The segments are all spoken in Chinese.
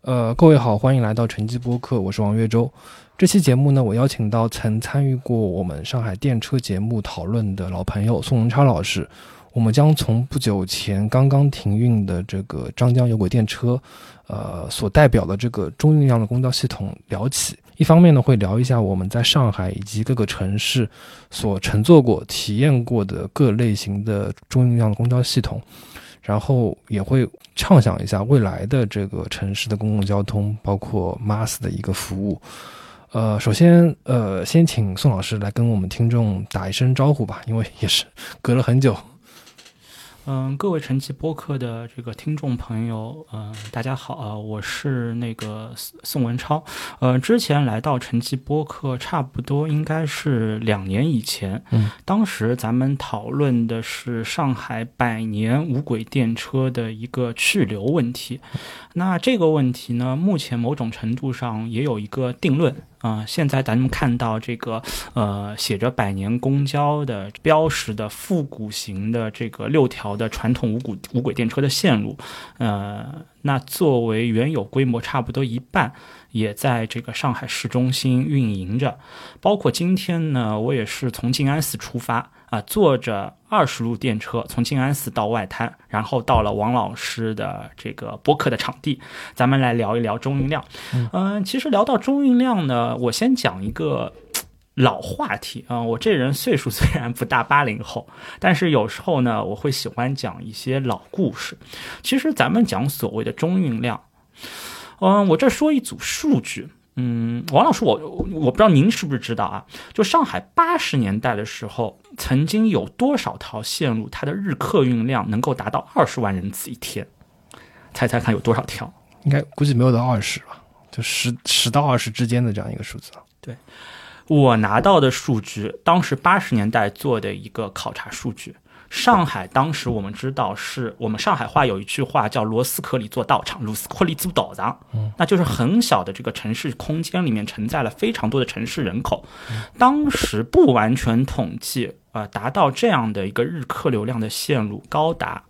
各位好，欢迎来到城际播客，我是王岳洲。这期节目呢，我邀请到曾参与过我们上海电车节目讨论的老朋友宋文超老师。我们将从不久前刚刚停运的这个张江有轨电车，所代表的这个中运量的公交系统聊起。一方面呢，会聊一下我们在上海以及各个城市所乘坐过、体验过的各类型的中运量的公交系统。然后也会畅想一下未来的这个城市的公共交通，包括 MaaS 的一个服务。首先先请宋老师来跟我们听众打一声招呼吧，因为也是隔了很久。 各位城际播客的这个听众朋友，大家好啊，我是那个宋文超。之前来到城际播客差不多应该是2年以前，当时咱们讨论的是上海100年无轨电车的一个去留问题。那这个问题呢，目前某种程度上也有一个定论。现在咱们看到这个写着100年公交的标识的复古型的这个6条的传统无轨电车的线路，那作为原有规模差不多一半，也在这个上海市中心运营着。包括今天呢，我也是从静安寺出发坐着20路电车从静安寺到外滩，然后到了王老师的这个播客的场地，咱们来聊一聊中运量。其实聊到中运量呢，我先讲一个老话题我这人岁数虽然不大80后，但是有时候呢，我会喜欢讲一些老故事。其实咱们讲所谓的中运量，我这说一组数据。王老师，我不知道您是不是知道啊？就上海80年代的时候，曾经有多少条线路，它的日客运量能够达到20万人次一天？猜猜看有多少条？ 应该估计没有到20吧，就10到20之间的这样一个数字。 对，我拿到的数据，当时80年代做的一个考察数据。上海当时我们知道是我们上海话有一句话叫罗斯壳里做道场，卢斯壳里做道场，那就是很小的这个城市空间里面承载了非常多的城市人口。当时不完全统计达到这样的一个日客流量的线路高达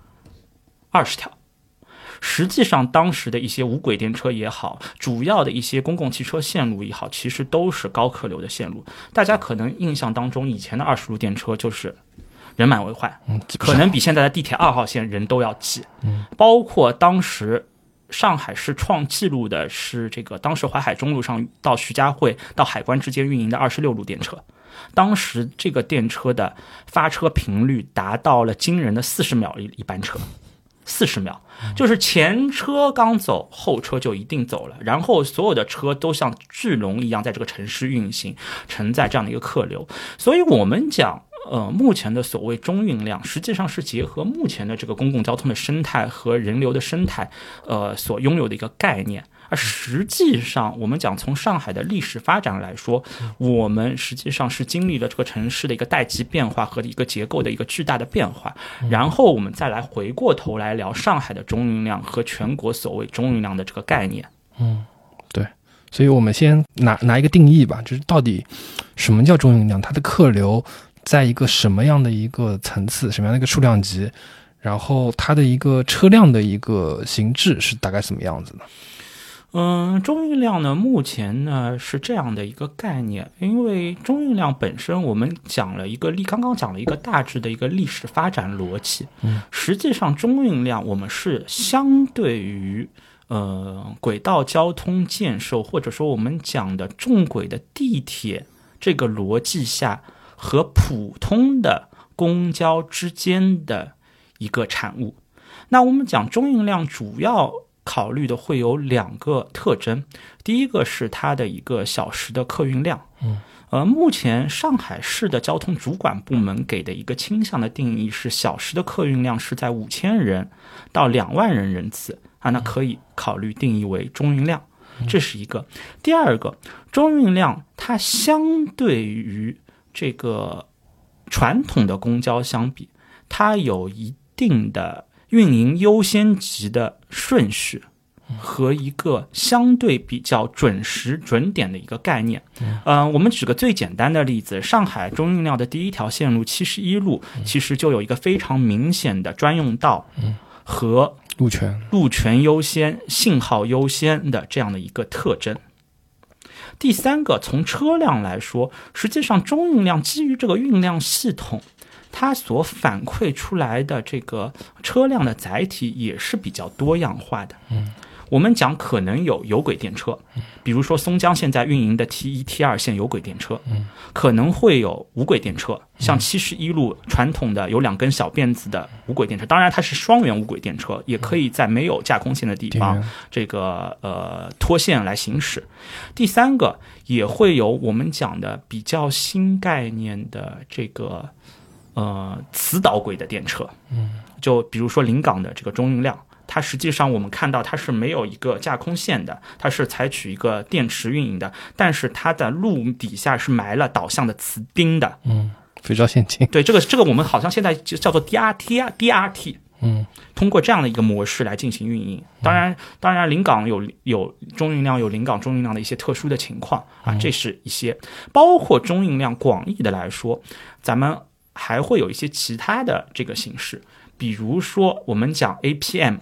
20条。实际上当时的一些无轨电车也好，主要的一些公共汽车线路也好，其实都是高客流的线路。大家可能印象当中以前的20路电车就是人满为患，可能比现在的地铁2号线人都要挤。包括当时上海市创纪录的是这个当时淮海中路上到徐家汇到海关之间运营的26路电车，当时这个电车的发车频率达到了惊人的40秒一班车。40秒，就是前车刚走，后车就一定走了，然后所有的车都像巨龙一样在这个城市运行，承载这样的一个客流。所以我们讲目前的所谓中运量，实际上是结合目前的这个公共交通的生态和人流的生态所拥有的一个概念。而实际上我们讲从上海的历史发展来说，我们实际上是经历了这个城市的一个代际变化和一个结构的一个巨大的变化，然后我们再来回过头来聊上海的中运量和全国所谓中运量的这个概念。 对，所以我们先拿一个定义吧，就是到底什么叫中运量，它的客流在一个什么样的一个层次，什么样的一个数量级，然后它的一个车辆的一个形制是大概什么样子的？ 中运量呢，目前呢是这样的一个概念，因为中运量本身我们刚刚讲了一个大致的一个历史发展逻辑。实际上中运量我们是相对于轨道交通建设，或者说我们讲的重轨的地铁这个逻辑下和普通的公交之间的一个产物。那我们讲中运量主要考虑的会有2个特征，第一个是它的一个小时的客运量。目前上海市的交通主管部门给的一个倾向的定义是小时的客运量是在5000人到2万人次那可以考虑定义为中运量，这是一个。第二个，中运量它相对于这个传统的公交相比，它有一定的运营优先级的顺序和一个相对比较准时准点的一个概念。我们举个最简单的例子，上海中运量的第1条线路71路其实就有一个非常明显的专用道和路权优先、信号优先的这样的一个特征。第三个，从车辆来说，实际上中运量基于这个运量系统，它所反馈出来的这个车辆的载体也是比较多样化的。我们讲可能有有轨电车，比如说松江现在运营的 T1、T2 线有轨电车，可能会有无轨电车，像71路传统的有2根小辫子的无轨电车，当然它是双元无轨电车，也可以在没有架空线的地方这个脱线来行驶。第三个也会有我们讲的比较新概念的这个磁导轨的电车，就比如说临港的这个中运量。它实际上我们看到它是没有一个架空线的，它是采取一个电池运营的，但是它的路底下是埋了导向的磁钉的， 非常先进。 对，这个我们好像现在就叫做 DRT，通过这样的一个模式来进行运营。当然临港有中运量，有临港中运量的一些特殊的情况啊，这是一些包括中运量广义的来说，咱们还会有一些其他的这个形式，比如说我们讲 APM。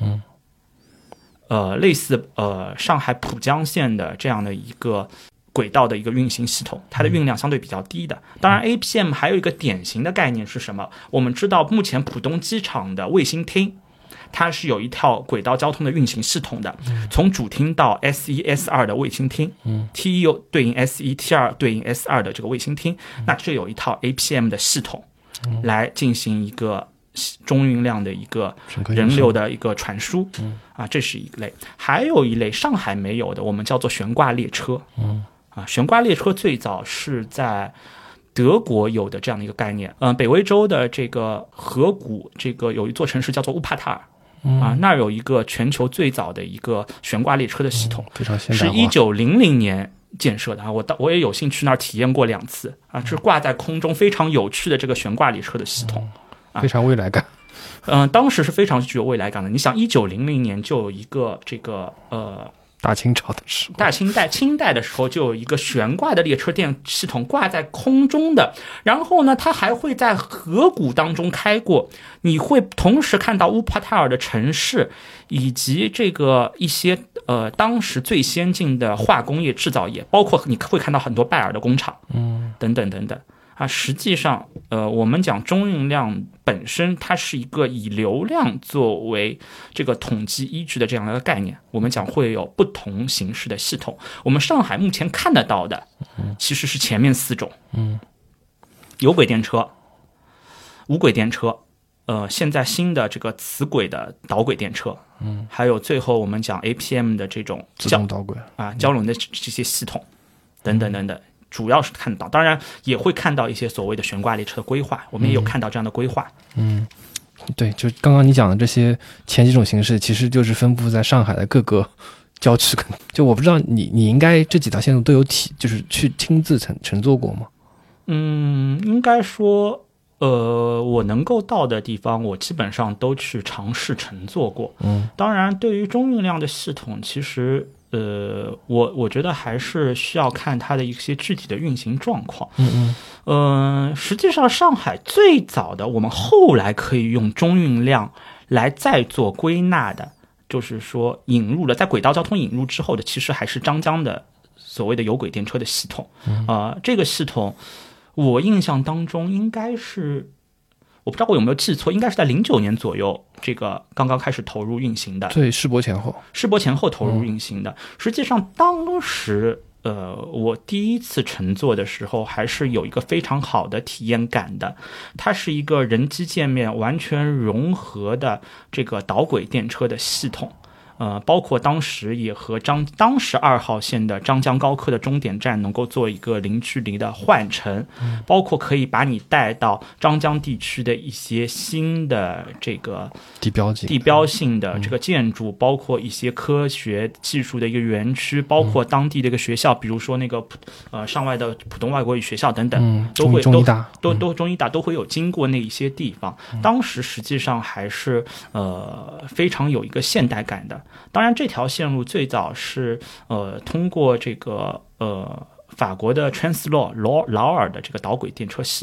类似上海浦江线的这样的一个轨道的一个运行系统，它的运量相对比较低的。当然 APM 还有一个典型的概念是什么？我们知道目前浦东机场的卫星厅，它是有一套轨道交通的运行系统的，从主厅到 S1、S2 的卫星厅，T1 对应 S1，T2 对应 S2 的这个卫星厅，那这有一套 APM 的系统来进行一个中运量的一个人流的一个传输，这是一类。还有一类上海没有的，我们叫做悬挂列车，悬挂列车最早是在德国有的这样的一个概念。北威州的这个河谷，这个有一座城市叫做乌帕塔尔。那儿有一个全球最早的一个悬挂列车的系统， 非常现代化， 是1900年建设的。我也有幸去那儿体验过2次是挂在空中非常有趣的这个悬挂列车的系统。 非常未来感。 当时是非常具有未来感的。你想，1900年就有一个这个大清朝的时候， 清代的时候就有一个悬挂的列车电系统挂在空中的，然后呢，它还会在河谷当中开过。你会同时看到乌帕塔尔的城市，以及这个一些当时最先进的化工业制造业，包括你会看到很多拜耳的工厂，等等等等。实际上，我们讲中运量本身，它是一个以流量作为这个统计依据的这样一个概念。我们讲会有不同形式的系统。我们上海目前看得到的，其实是前面4种，有轨电车、无轨电车，现在新的这个磁轨的导轨电车，还有最后我们讲 APM 的这种自动导轨交轮的这些系统，等等等等。主要是看得到，当然也会看到一些所谓的悬挂列车的规划，我们也有看到这样的规划。 对，就刚刚你讲的这些前几种形式，其实就是分布在上海的各个郊区。就我不知道你应该这几条线路都有就是去亲自乘坐过吗？ 应该说，我能够到的地方，我基本上都去尝试乘坐过。当然，对于中运量的系统，其实。我觉得还是需要看它的一些具体的运行状况。实际上上海最早的，我们后来可以用中运量来再做归纳的，就是说引入了在轨道交通引入之后的，其实还是张江的所谓的有轨电车的系统。这个系统我印象当中应该是。我不知道我有没有记错，应该是在09年左右，这个刚刚开始投入运行的。 对，世博前后投入运行的。实际上，当时我第一次乘坐的时候，还是有一个非常好的体验感的。它是一个人机界面完全融合的这个导轨电车的系统。包括当时也和当时2号线的张江高科的终点站能够做一个零距离的换乘，包括可以把你带到张江地区的一些新的这个地标性的这个建筑，包括一些科学技术的一个园区，包括当地的一个学校，比如说那个上外的浦东外国语学校等等，都会中医大中医大都会有经过那一些地方。当时实际上还是非常有一个现代感的。当然，这条线路最早是通过这个法国的 Translo 劳尔的这个导轨电车系统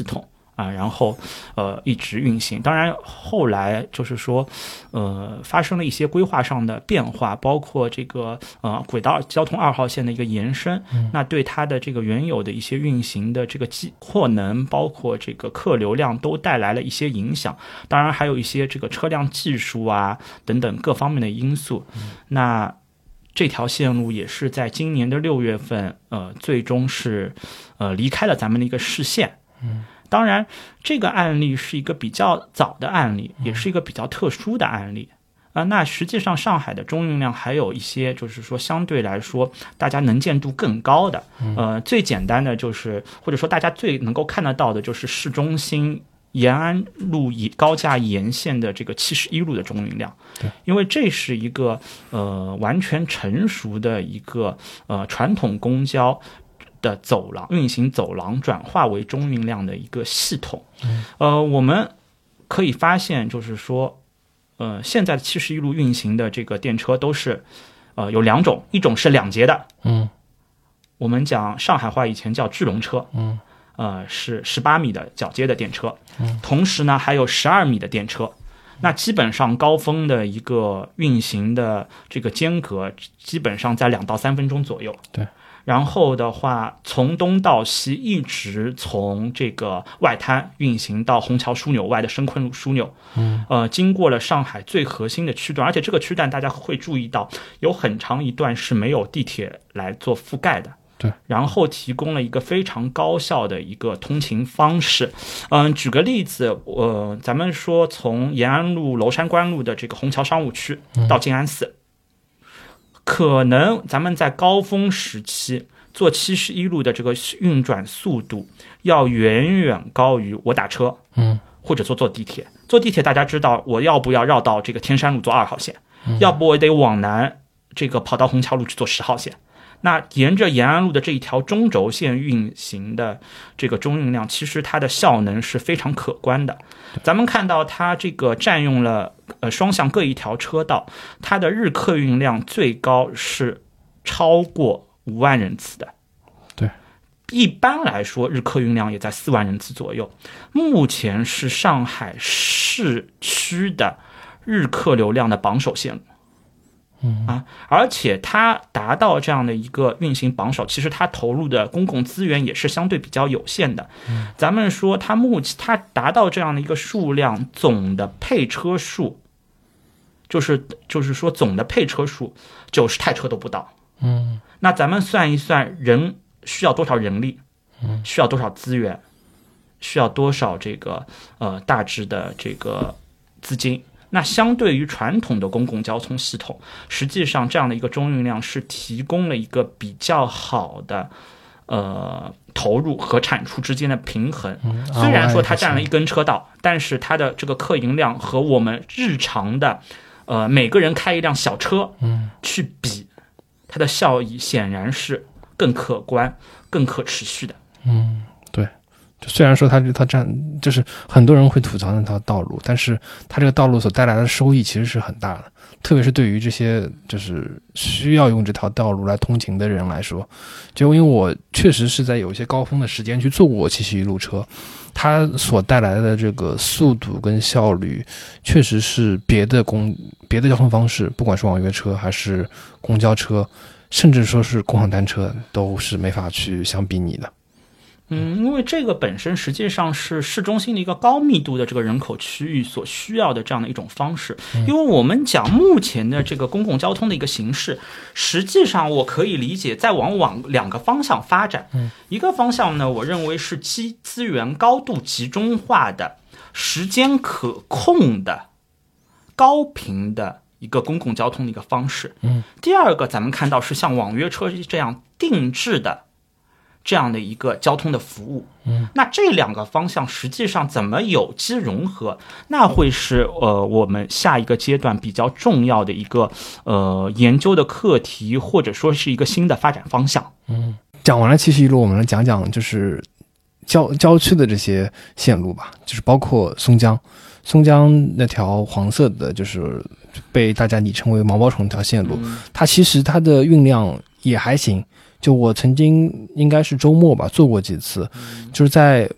然后一直运行。当然后来就是说发生了一些规划上的变化，包括这个轨道交通2号线的一个延伸，那对它的这个原有的一些运行的这个货能，包括这个客流量都带来了一些影响。当然还有一些这个车辆技术啊等等各方面的因素。那这条线路也是在今年的6月份最终是离开了咱们的一个视线。当然这个案例是一个比较早的案例，也是一个比较特殊的案例那实际上上海的中运量还有一些就是说相对来说大家能见度更高的最简单的就是或者说大家最能够看得到的就是市中心延安路高架沿线的这个71路的中运量。 对， 因为这是一个完全成熟的一个传统公交的走廊运行走廊转化为中运量的一个系统。我们可以发现就是说现在的71路运行的这个电车都是有2种，一种是2节的，我们讲上海话以前叫巨龙车，是18米的铰接的电车，同时呢还有12米的电车。那基本上高峰的一个运行的这个间隔基本上在2到3分钟左右。 对。 然后的话从东到西一直从这个外滩运行到虹桥枢纽外的深昆路枢纽，经过了上海最核心的区段，而且这个区段大家会注意到有很长一段是没有地铁来做覆盖的。 对， 然后提供了一个非常高效的一个通勤方式。举个例子，咱们说从延安路娄山关路的这个虹桥商务区到静安寺，可能咱们在高峰时期坐71路的这个运转速度要远远高于我打车，或者坐地铁。坐地铁大家知道我要不要绕到这个天山路坐2号线，要不我得往南这个跑到虹桥路去坐10号线。那沿着延安路的这一条中轴线运行的这个中运量，其实它的效能是非常可观的。咱们看到它这个占用了双向各一条车道，它的日客运量最高是超过5万人次的。 对， 一般来说日客运量也在4万人次左右。目前是上海市区的日客流量的榜首线路。而且它达到这样的一个运行榜首，其实它投入的公共资源也是相对比较有限的。咱们说它达到这样的一个数量，总的配车数就是说总的配车数90台车都不到。那咱们算一算人需要多少人力，需要多少资源，需要多少这个大致的这个资金。那相对于传统的公共交通系统，实际上这样的一个中运量是提供了一个比较好的投入和产出之间的平衡。虽然说它占了一根车道，但是它的这个客运量和我们日常的每个人开一辆小车去比，它的效益显然是更可观更可持续的。 对，虽然说它就是很多人会吐槽那条道路，但是它这个道路所带来的收益其实是很大的，特别是对于这些就是需要用这条道路来通勤的人来说。就因为我确实是在有一些高峰的时间去坐过71路车，它所带来的这个速度跟效率确实是别的交通方式，不管是网约车还是公交车，甚至说是共享单车，都是没法去相比拟的。 因为这个本身实际上是市中心的一个高密度的这个人口区域所需要的这样的一种方式。因为我们讲目前的这个公共交通的一个形式，实际上我可以理解再往2个方向发展。一个方向呢，我认为是资源高度集中化的、时间可控的、高频的一个公共交通的一个方式。第二个咱们看到是像网约车这样定制的这样的一个交通的服务。那这2个方向实际上怎么有机融合，那会是我们下一个阶段比较重要的一个研究的课题，或者说是一个新的发展方向。 讲完了71路，我们来讲讲就是郊区的这些线路吧，就是包括松江那条黄色的，就是被大家拟称为毛毛虫那条线路，它其实它的运量也还行。就我曾经应该是周末吧坐过几次，就是在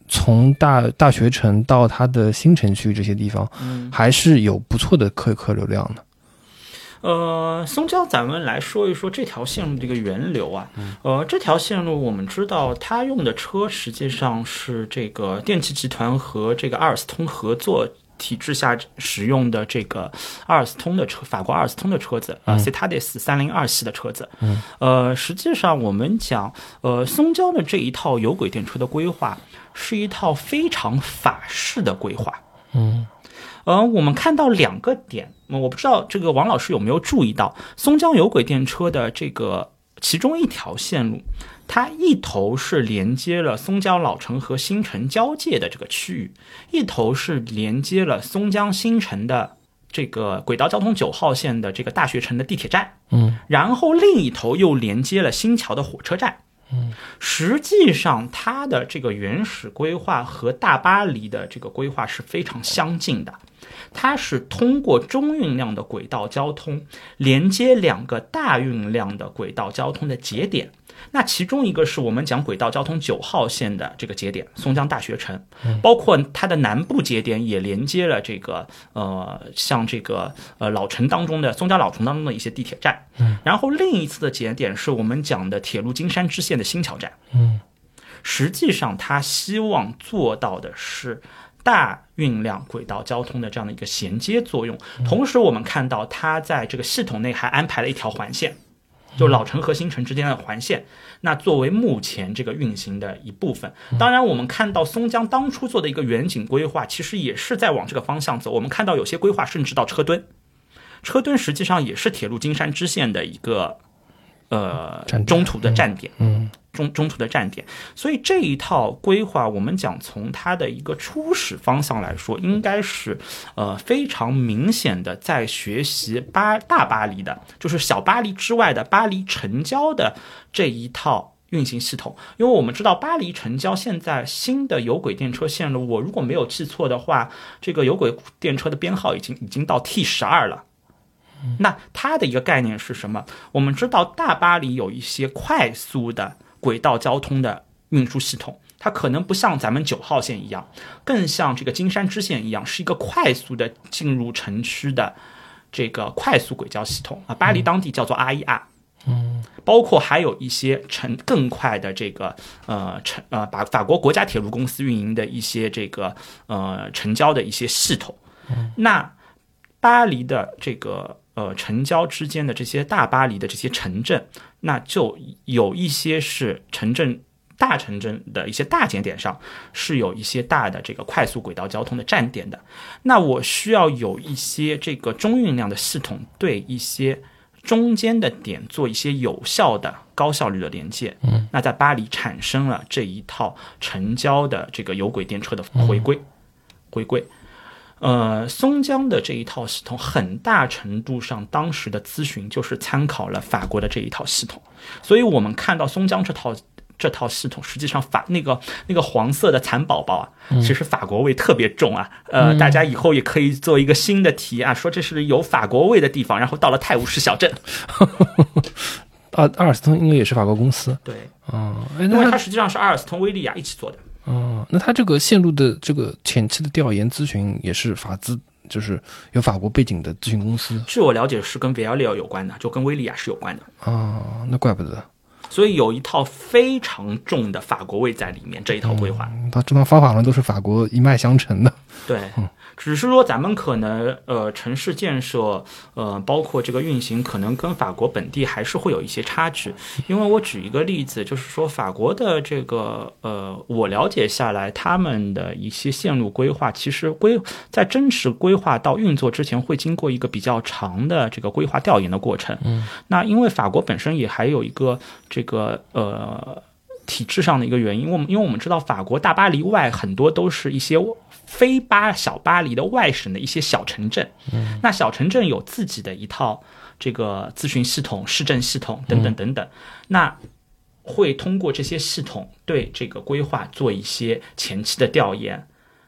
从大学城到它的新城区这些地方，还是有不错的客流量的。 松江咱们来说一说这条线路的一个源流啊。这条线路我们知道它用的车实际上是这个电气集团和这个阿尔斯通合作体制下使用的这个阿尔斯通的车，法国阿尔斯通的车子Citadis 302系的车子。实际上我们讲松江的这一套有轨电车的规划是一套非常法式的规划。我们看到2个点，我不知道这个王老师有没有注意到，松江有轨电车的这个其中一条线路，它一头是连接了松江老城和新城交界的这个区域，一头是连接了松江新城的这个轨道交通9号线的这个大学城的地铁站，然后另一头又连接了新桥的火车站。实际上它的这个原始规划和大巴黎的这个规划是非常相近的，它是通过中运量的轨道交通连接2个大运量的轨道交通的节点。那其中一个是我们讲轨道交通9号线的这个节点松江大学城，包括它的南部节点也连接了这个像这个老城当中的松江老城当中的一些地铁站。然后另一次的节点是我们讲的铁路金山支线的新桥站。实际上它希望做到的是大运量轨道交通的这样的一个衔接作用。同时我们看到它在这个系统内还安排了一条环线，就老城和新城之间的环线，那作为目前这个运行的一部分。当然我们看到松江当初做的一个远景规划其实也是在往这个方向走，我们看到有些规划甚至到车墩实际上也是铁路金山支线的一个中途的站点。中途的站点。所以这一套规划我们讲从它的一个初始方向来说，应该是非常明显的在学习大巴黎的，就是小巴黎之外的巴黎城郊的这一套运行系统。因为我们知道巴黎城郊现在新的有轨电车线路，我如果没有记错的话，这个有轨电车的编号已经到 T12 了。那它的一个概念是什么？我们知道大巴黎有一些快速的轨道交通的运输系统，它可能不像咱们9号线一样，更像这个金山支线一样，是一个快速的进入城区的这个快速轨交系统啊。巴黎当地叫做 RER。包括还有一些更快的这个法国国家铁路公司运营的一些这个城郊的一些系统。那巴黎的这个城郊之间的这些大巴黎的这些城镇，那就有一些是大城镇的一些大节点上是有一些大的这个快速轨道交通的站点的。那我需要有一些这个中运量的系统对一些中间的点做一些有效的高效率的连接。那在巴黎产生了这一套城郊的这个有轨电车的回归。松江的这一套系统很大程度上当时的咨询就是参考了法国的这一套系统。所以我们看到松江这套系统实际上那个黄色的蚕宝宝啊，其实法国味特别重啊。大家以后也可以做一个新的题啊，说这是有法国味的地方，然后到了泰晤士小镇。 阿尔斯通应该也是法国公司。 对，因为它实际上是阿尔斯通威利亚一起做的。 那他这个线路的这个前期的调研咨询也是法资，就是有法国背景的咨询公司。 据我了解是跟 Veolia 有关的，就跟威利亚是有关的。 那怪不得。 所以有一套非常重的法国味在里面，这一套规划。 它这套方法论都是法国一脉相承的。 对，只是说咱们可能城市建设包括这个运行可能跟法国本地还是会有一些差距。因为我举一个例子，就是说法国的这个我了解下来他们的一些线路规划，其实在真实规划到运作之前会经过一个比较长的这个规划调研的过程。那因为法国本身也还有一个这个体制上的一个原因，因为我们知道法国大巴黎外很多都是一些非小巴黎的外省的一些小城镇。那小城镇有自己的一套这个咨询系统、市政系统等等等等。那会通过这些系统对这个规划做一些前期的调研，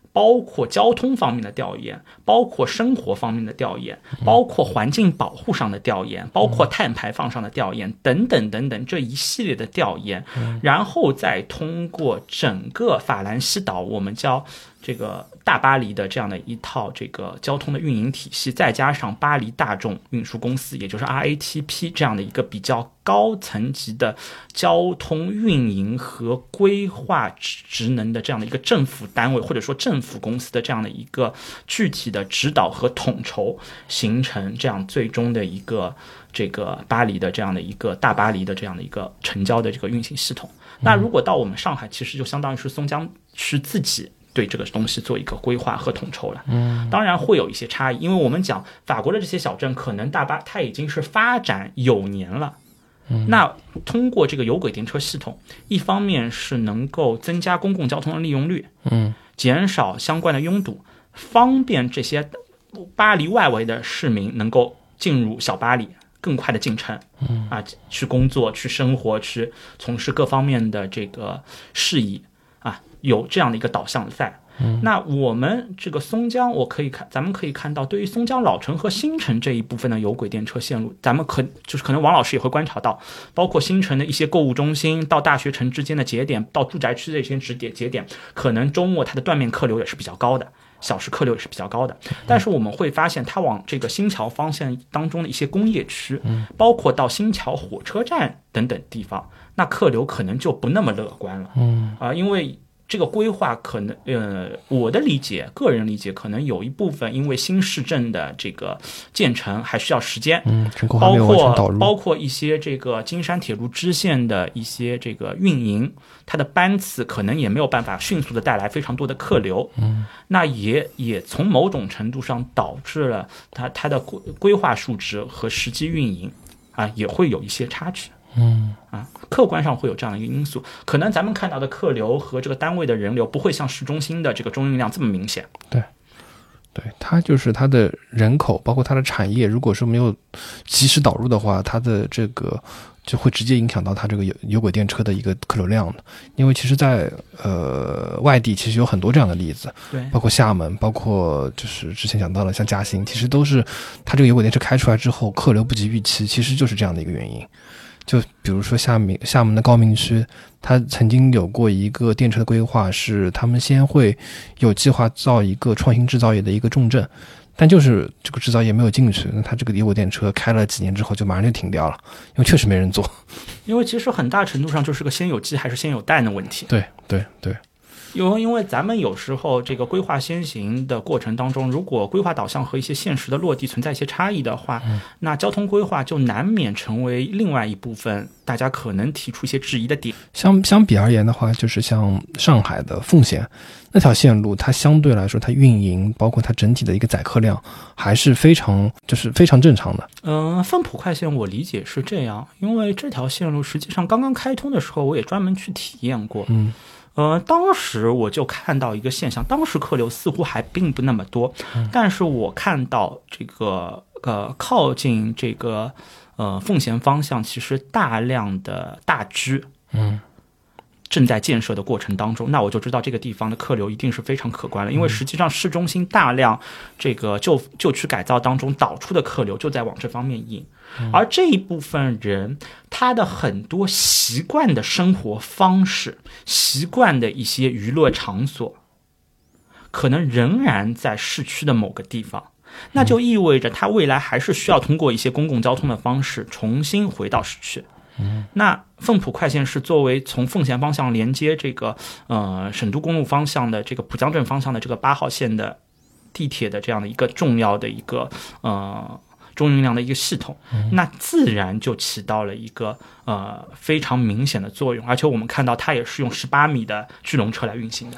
包括交通方面的调研，包括生活方面的调研，包括环境保护上的调研，包括碳排放上的调研等等等等这一系列的调研，然后再通过整个法兰西岛我们叫这个大巴黎的这样的一套这个交通的运营体系，再加上巴黎大众运输公司，也就是 RATP 这样的一个比较高层级的交通运营和规划职能的这样的一个政府单位，或者说政府公司的这样的一个具体的指导和统筹，形成这样最终的一个这个巴黎的这样的一个大巴黎的这样的一个城郊的这个运行系统。那如果到我们上海，其实就相当于是松江区自己对这个东西做一个规划和统筹了。当然会有一些差异，因为我们讲法国的这些小镇，可能它已经是发展有年了。那通过这个有轨电车系统，一方面是能够增加公共交通的利用率，减少相关的拥堵，方便这些巴黎外围的市民能够进入小巴黎，更快的进城，去工作、去生活、去从事各方面的这个事宜，有这样的一个导向在。那我们这个松江，咱们可以看到，对于松江老城和新城这一部分的有轨电车线路，咱们可能王老师也会观察到，包括新城的一些购物中心到大学城之间的节点，到住宅区的一些节点，可能周末它的断面客流也是比较高的，小时客流也是比较高的。但是我们会发现，它往这个新桥方向当中的一些工业区，包括到新桥火车站等等地方，那客流可能就不那么乐观了。因为这个规划可能，我的个人理解，可能有一部分因为新市镇的这个建成还需要时间，包括一些这个京山铁路支线的一些这个运营，它的班次可能也没有办法迅速的带来非常多的客流，那也从某种程度上导致了它的规划数值和实际运营也会有一些差距。客观上会有这样的一个因素，可能咱们看到的客流和这个单位的人流不会像市中心的这个中运量这么明显。 对，它就是它的人口，包括它的产业，如果说没有及时导入的话，它的这个就会直接影响到它这个有轨电车的一个客流量的。因为其实在外地其实有很多这样的例子， 对， 包括厦门，包括就是之前讲到了像嘉兴，其实都是它这个有轨电车开出来之后客流不及预期，其实就是这样的一个原因。就比如说厦门的高明区，它曾经有过一个电车的规划，是他们先会有计划造一个创新制造业的一个重镇，但就是这个制造业没有进去，那它这个有轨电车开了几年之后就马上就停掉了，因为确实没人做。 因为其实很大程度上就是个先有鸡还是先有蛋的问题。 对， 因为咱们有时候这个规划先行的过程当中，如果规划导向和一些现实的落地存在一些差异的话，那交通规划就难免成为另外一部分大家可能提出一些质疑的点。 相比而言的话，就是像上海的奉贤那条线路，它相对来说它运营包括它整体的一个载客量还是非常正常的。 汾浦快线我理解是这样，因为这条线路实际上刚刚开通的时候，我也专门去体验过。当时我就看到一个现象，当时客流似乎还并不那么多，但是我看到这个靠近这个奉贤方向，其实大量的大居正在建设的过程当中，那我就知道这个地方的客流一定是非常可观了，因为实际上市中心大量这个旧区改造当中导出的客流就在往这方面引，而这一部分人他的很多习惯的生活方式、习惯的一些娱乐场所，可能仍然在市区的某个地方，那就意味着他未来还是需要通过一些公共交通的方式重新回到市区。那汾浦快线是作为从奉贤方向连接这个省都公路方向的这个浦江镇方向的这个8号线的地铁的这样的一个重要的一个中运量的一个系统，那自然就起到了一个非常明显的作用，而且我们看到它也是用18米的巨龙车来运行的。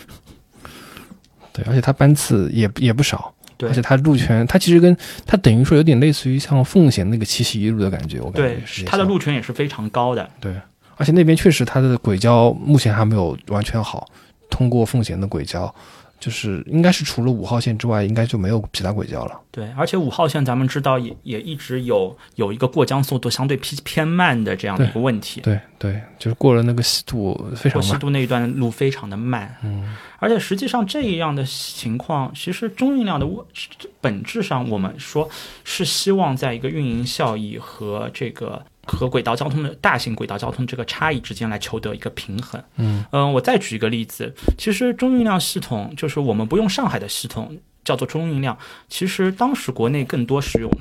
对，而且它班次也不少。 对， 而且它路权，它其实它等于说有点类似于像奉贤那个七喜一路的感觉，我感觉对，它的路权也是非常高的。 对，而且那边确实它的轨交目前还没有完全好，通过奉贤的轨交就是应该是除了5号线之外，应该就没有其他轨交了。 对，而且5号线咱们知道也一直有一个过江速度相对偏慢的这样的一个问题。 对，就是过了那个西渡非常慢， 过西渡那一段路非常的慢。而且实际上这样的情况，其实中运量的本质上我们说是希望在一个运营效益和轨道交通的大型轨道交通这个差异之间来求得一个平衡。我再举一个例子，其实中运量系统就是我们不用上海的系统叫做中运量，其实当时国内更多使用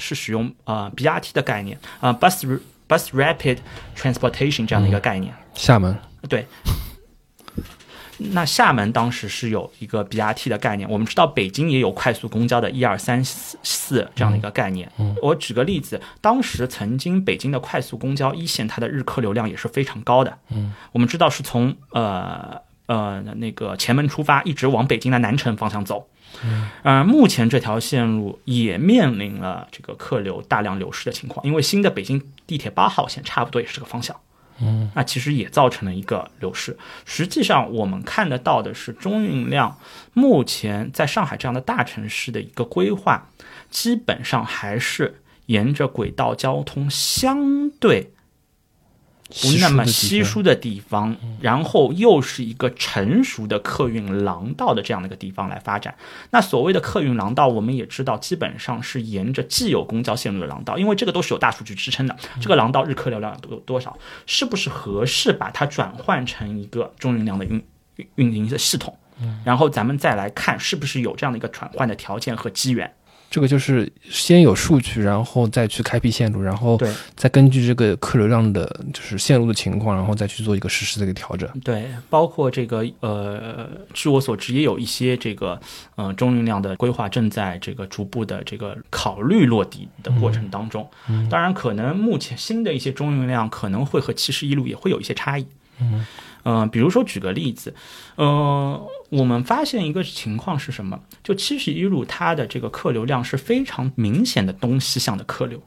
BRT 的概念bus rapid transportation 这样的一个概念。 厦门对。那厦门当时是有一个 BRT 的概念，我们知道北京也有快速公交的1234这样的一个概念。我举个例子，当时曾经北京的快速公交1线它的日客流量也是非常高的。我们知道是从那个前门出发，一直往北京的南城方向走。目前这条线路也面临了这个客流大量流失的情况，因为新的北京地铁8号线差不多也是这个方向。那其实也造成了一个流失。实际上我们看得到的是中运量目前在上海这样的大城市的一个规划，基本上还是沿着轨道交通相对不那么稀疏的地方，然后又是一个成熟的客运廊道的这样的一个地方来发展。那所谓的客运廊道我们也知道基本上是沿着既有公交线路的廊道，因为这个都是有大数据支撑的，这个廊道日客流量有多少，是不是合适把它转换成一个中运量的运营的系统，然后咱们再来看是不是有这样的一个转换的条件和机缘。 这个就是先有数据，然后再去开辟线路，然后再根据这个客流量的就是线路的情况，然后再去做一个实时的一个调整。 对，包括这个据我所知也有一些这个中运量的规划正在这个逐步的这个考虑落地的过程当中。当然可能目前新的一些中运量可能会和71路也会有一些差异。比如说举个例子，我们发现一个情况是什么？就71路它的这个客流量是非常明显的东西向的客流，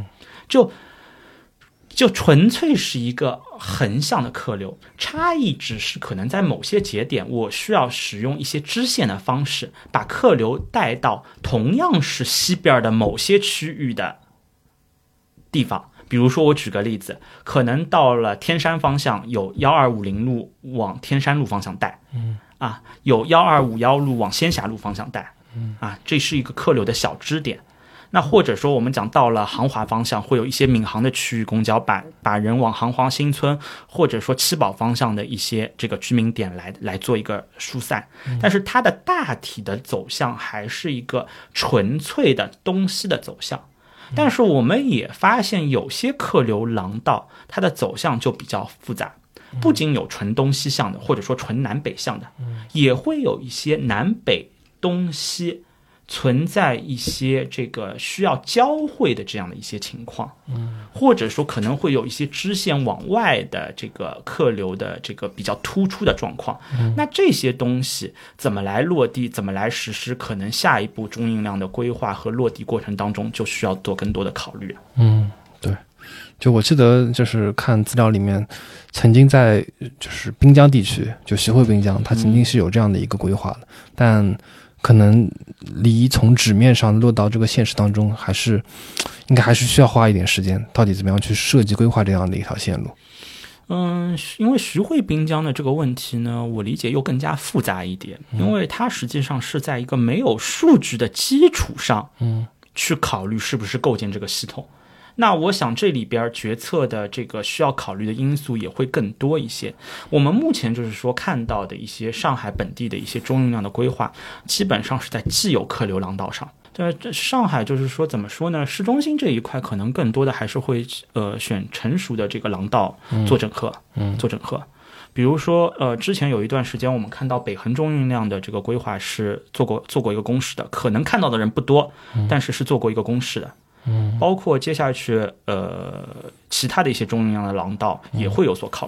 就纯粹是一个横向的客流，差异只是可能在某些节点，我需要使用一些支线的方式，把客流带到同样是西边的某些区域的地方。比如说我举个例子，可能到了天山方向有1250路往天山路方向带，有1251路往仙霞路方向带，这是一个客流的小支点。那或者说我们讲到了杭华方向，会有一些闵行的区域公交把人往杭华新村或者说七宝方向的一些这个居民点来做一个疏散，但是它的大体的走向还是一个纯粹的东西的走向。但是我们也发现有些客流廊道它的走向就比较复杂，不仅有纯东西向的，或者说纯南北向的，也会有一些南北东西存在一些这个需要交汇的这样的一些情况，或者说可能会有一些支线往外的这个客流的这个比较突出的状况。那这些东西怎么来落地，怎么来实施，可能下一步中运量的规划和落地过程当中就需要做更多的考虑。 对，就我记得就是看资料里面曾经在就是滨江地区，就徐汇滨江，它曾经是有这样的一个规划的，但可能离从纸面上落到这个现实当中应该还是需要花一点时间，到底怎么样去设计规划这样的一条线路。 因为徐汇滨江的这个问题呢，我理解又更加复杂一点，因为它实际上是在一个没有数据的基础上去考虑是不是构建这个系统。那我想这里边决策的这个需要考虑的因素也会更多一些。我们目前就是说看到的一些上海本地的一些中运量的规划，基本上是在既有客流廊道上。这上海就是说怎么说呢？市中心这一块可能更多的还是会选成熟的这个廊道做整合，比如说之前有一段时间我们看到北横中运量的这个规划是做过一个公示的，可能看到的人不多，但是做过一个公示的。包括接下去其他的一些中运量的廊道也会有所考虑。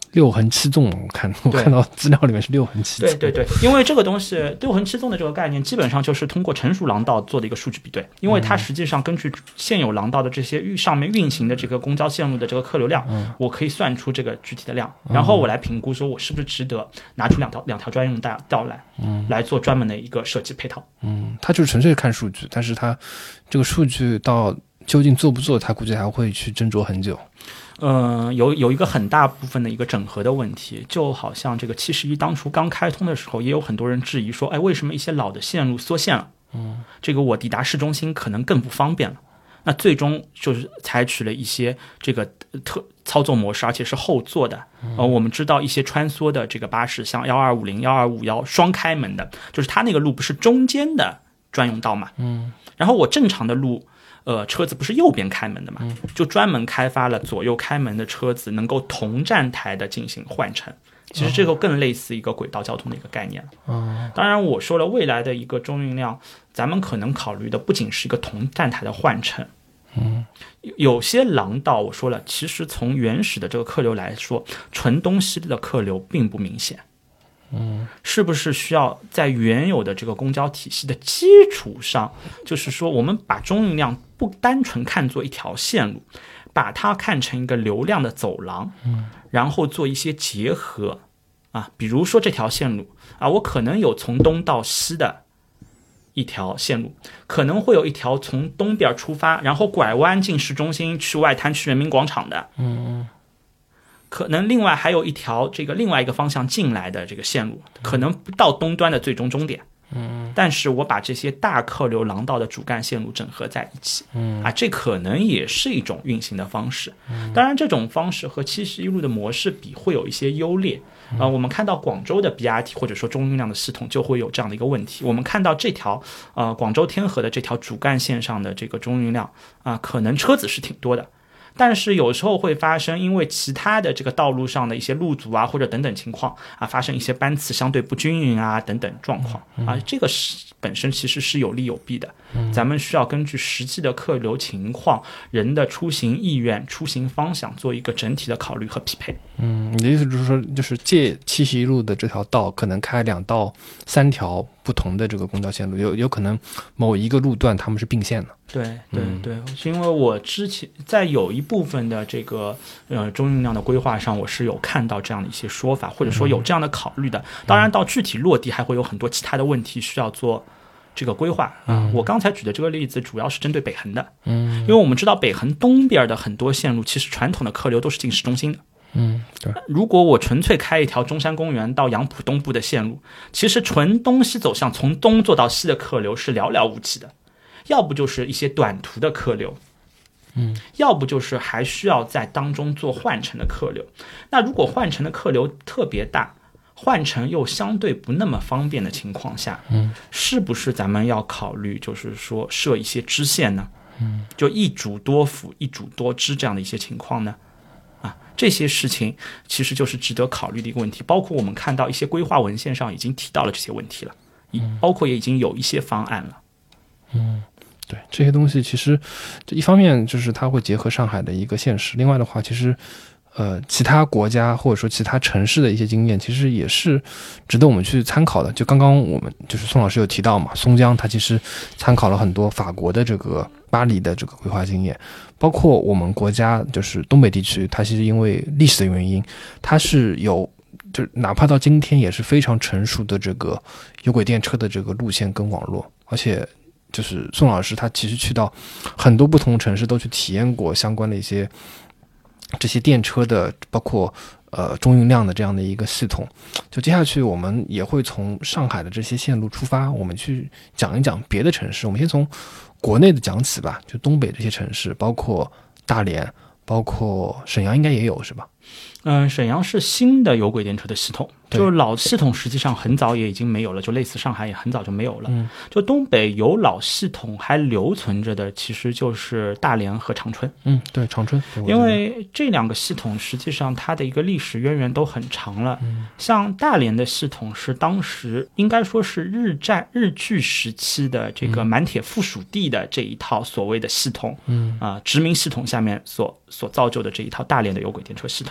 6横7纵，我看到资料里面是6横7纵。 对，因为这个东西6横7纵的这个概念，基本上就是通过成熟廊道做的一个数据比对，因为它实际上根据现有廊道的这些上面运行的这个公交线路的这个客流量，我可以算出这个具体的量，然后我来评估说我是不是值得拿出两条专用道来做专门的一个设计配套。 它就是纯粹看数据，但是它这个数据到究竟做不做，它估计还会去斟酌很久。 有一个很大部分的一个整合的问题，就好像这个71当初刚开通的时候，也有很多人质疑说，哎，为什么一些老的线路缩线了？这个我抵达市中心可能更不方便了。那最终就是采取了一些这个操作模式，而且是后座的。我们知道一些穿梭的这个巴士，像1250、1251双开门的，就是它那个路不是中间的专用道嘛？然后我正常的路。车子不是右边开门的嘛，就专门开发了左右开门的车子能够同站台的进行换乘。其实这个更类似一个轨道交通的一个概念了。当然我说了，未来的一个中运量，咱们可能考虑的不仅是一个同站台的换乘。有些廊道我说了，其实从原始的这个客流来说，纯东西的客流并不明显。是不是需要在原有的这个公交体系的基础上，就是说我们把中运量不单纯看作一条线路，把它看成一个流量的走廊，然后做一些结合啊，比如说这条线路啊，我可能有从东到西的一条线路，可能会有一条从东边出发，然后拐弯进市中心去外滩去人民广场的，可能另外还有一条这个另外一个方向进来的这个线路，可能不到东端的最终终点。但是我把这些大客流廊道的主干线路整合在一起，这可能也是一种运行的方式。当然，这种方式和71路的模式比会有一些优劣。我们看到广州的 BRT 或者说中运量的系统就会有这样的一个问题。我们看到这条广州天河的这条主干线上的这个中运量可能车子是挺多的。但是有时候会发生，因为其他的这个道路上的一些路阻或者等等情况发生一些班次相对不均匀等等状况这个本身其实是有利有弊的。咱们需要根据实际的客流情况、人的出行意愿、出行方向做一个整体的考虑和匹配。 你的意思就是说，就是借71路的这条道可能开2到3条不同的这个公交线路，有可能某一个路段他们是并线的。 对，是因为我之前在有一部分的这个中运量的规划上，我是有看到这样的一些说法，或者说有这样的考虑的。当然，到具体落地还会有很多其他的问题需要做这个规划我刚才举的这个例子主要是针对北横的，因为我们知道北横东边的很多线路，其实传统的客流都是进市中心的。 对。 如果我纯粹开一条中山公园到杨浦东部的线路，其实纯东西走向从东做到西的客流是寥寥无几的。要不就是一些短途的客流，要不就是还需要在当中做换乘的客流。那如果换乘的客流特别大，换乘又相对不那么方便的情况下，是不是咱们要考虑就是说设一些支线呢？就一主多辅、一主多支这样的一些情况呢？这些事情其实就是值得考虑的一个问题，包括我们看到一些规划文献上已经提到了这些问题了，包括也已经有一些方案了。 对，这些东西其实这一方面就是它会结合上海的一个现实，另外的话其实其他国家或者说其他城市的一些经验其实也是值得我们去参考的。就刚刚我们就是宋老师有提到嘛，松江它其实参考了很多法国的这个巴黎的这个规划经验，包括我们国家就是东北地区，它其实因为历史的原因，它是有就哪怕到今天也是非常成熟的这个有轨电车的这个路线跟网络，而且就是宋老师他其实去到很多不同城市都去体验过相关的一些这些电车的包括中运量的这样的一个系统。就接下去我们也会从上海的这些线路出发，我们去讲一讲别的城市。我们先从国内的讲起吧，就东北这些城市，包括大连，包括沈阳应该也有是吧？ 沈阳是新的有轨电车的系统，就是老系统实际上很早也已经没有了，就类似上海也很早就没有了。就东北有老系统还留存着的，其实就是大连和长春。 对，长春， 因为这两个系统实际上它的一个历史渊源都很长了。像大连的系统是当时应该说是日据时期的这个满铁附属地的这一套所谓的系统，殖民系统下面所造就的这一套大连的有轨电车系统。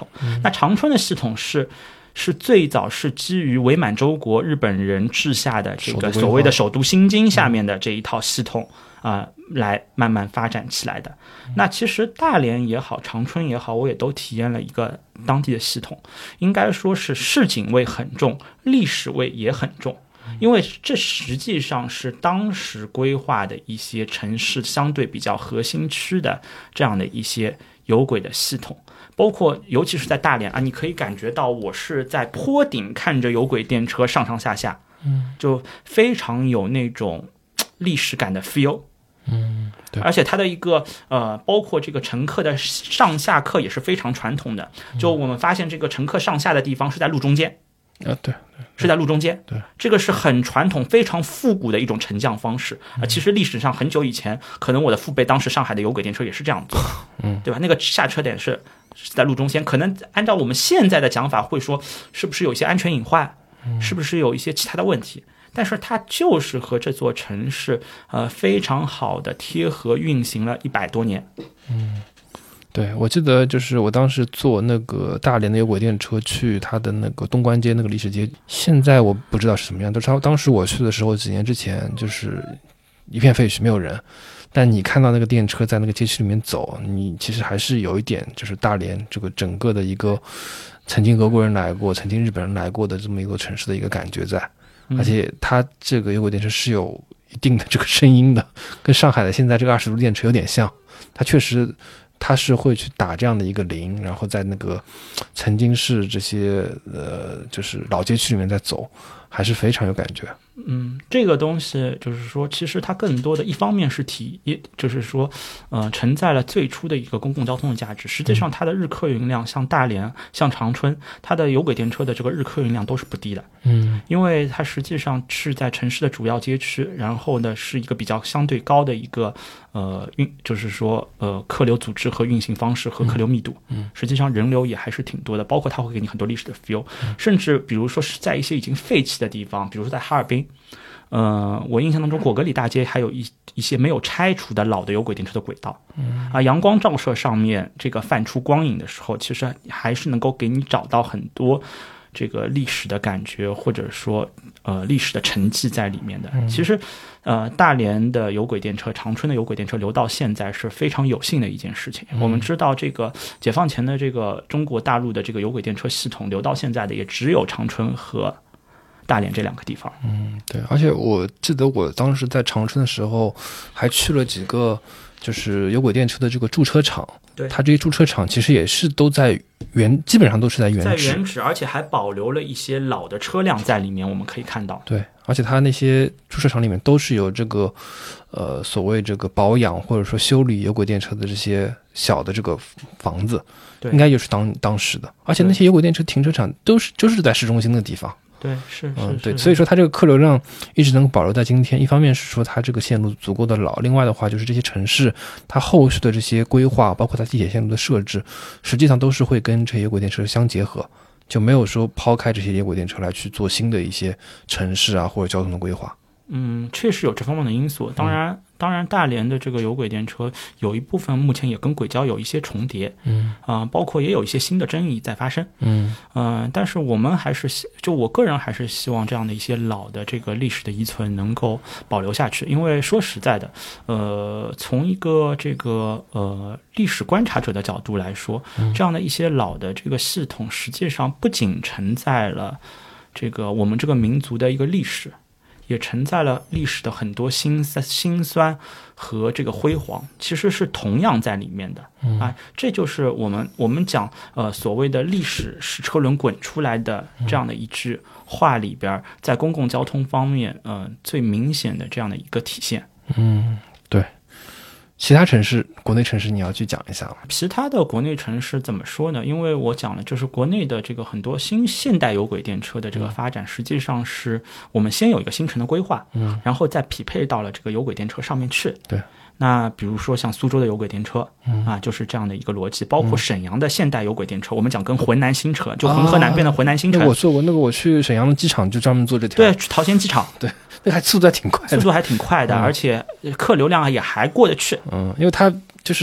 统。那长春的系统是最早是基于伪满洲国日本人治下的这个所谓的首都新京下面的这一套系统来慢慢发展起来的。那其实大连也好，长春也好，我也都体验了一个当地的系统，应该说是市井味很重，历史味也很重。因为这实际上是当时规划的一些城市相对比较核心区的这样的一些有轨的系统，包括尤其是在大连你可以感觉到我是在坡顶看着有轨电车上上下下，就非常有那种历史感的 feel。 对， 而且它的一个包括这个乘客的上下客也是非常传统的。就我们发现这个乘客上下的地方是在路中间。 对， 是在路中间。 对， 这个是很传统、非常复古的一种乘降方式。其实历史上很久以前，可能我的父辈当时上海的有轨电车也是这样做的，对吧？那个下车点是在路中间，可能按照我们现在的讲法，会说是不是有一些安全隐患，是不是有一些其他的问题？但是它就是和这座城市非常好的贴合运行了100多年。 对，我记得就是我当时坐那个大连的有轨电车去它的那个东关街那个历史街，现在我不知道是什么样，但是当时我去的时候，几年之前就是一片废墟，没有人。但你看到那个电车在那个街区里面走，你其实还是有一点就是大连这个整个的一个曾经俄国人来过、曾经日本人来过的这么一个城市的一个感觉在。而且它这个有轨电车是有一定的这个声音的，跟上海的现在这个20度电车有点像。它确实它是会去打这样的一个铃，然后在那个曾经是这些就是老街区里面在走，还是非常有感觉。 这个东西就是说，其实它更多的一方面是就是说，承载了最初的一个公共交通的价值。实际上，它的日客运量，像大连、像长春，它的有轨电车的这个日客运量都是不低的。因为它实际上是在城市的主要街区，然后呢是一个比较相对高的一个就是说客流组织和运行方式和客流密度。实际上人流也还是挺多的，包括它会给你很多历史的 feel，甚至比如说是在一些已经废弃的地方，比如说在哈尔滨。我印象当中，果戈里大街还有一些没有拆除的老的有轨电车的轨道，阳光照射上面这个泛出光影的时候，其实还是能够给你找到很多这个历史的感觉，或者说历史的沉寂在里面的。其实大连的有轨电车、长春的有轨电车留到现在是非常有幸的一件事情。我们知道，这个解放前的这个中国大陆的这个有轨电车系统留到现在的也只有长春和大连这2个地方。 对，而且我记得我当时在长春的时候，还去了几个就是有轨电车的这个驻车场。 对， 它这些驻车场其实也是都在基本上都是在原址， 而且还保留了一些老的车辆在里面，我们可以看到。 对，而且它那些驻车场里面都是有这个所谓这个保养或者说修理有轨电车的这些小的这个房子， 对， 应该就是当时的。而且那些有轨电车停车场就是在市中心的地方。 对，是， 对，所以说它这个客流量一直能够保留在今天。一方面是说它这个线路足够的老，另外的话就是这些城市它后续的这些规划，包括它地铁线路的设置，实际上都是会跟这些有轨电车相结合，就没有说抛开这些有轨电车来去做新的一些城市或者交通的规划。 确实有这方面的因素。当然大连的这个有轨电车有一部分目前也跟轨交有一些重叠，包括也有一些新的争议在发生。但是我们我个人还是希望这样的一些老的这个历史的遗存能够保留下去。因为说实在的，从一个这个历史观察者的角度来说，这样的一些老的这个系统实际上不仅承载了这个我们这个民族的一个历史，也承载了历史的很多辛酸和这个辉煌，其实是同样在里面的。这就是我们讲所谓的历史使车轮滚出来的这样的一句话里边，在公共交通方面最明显的这样的一个体现。 对。其他城市，国内城市你要去讲一下吗？ 其他的国内城市怎么说呢？因为我讲了，就是国内的这个很多现代有轨电车的这个发展，实际上是我们先有一个新城的规划，然后再匹配到了这个有轨电车上面去。 对。 那比如说像苏州的有轨电车，就是这样的一个逻辑，包括沈阳的现代有轨电车，我们讲跟浑南新城，就浑河南边的浑南新城。 我做过那个，我去沈阳的机场就专门做这条。 对，去桃仙机场。 对，那个速度还挺快的， 而且客流量也还过得去。 因为它就是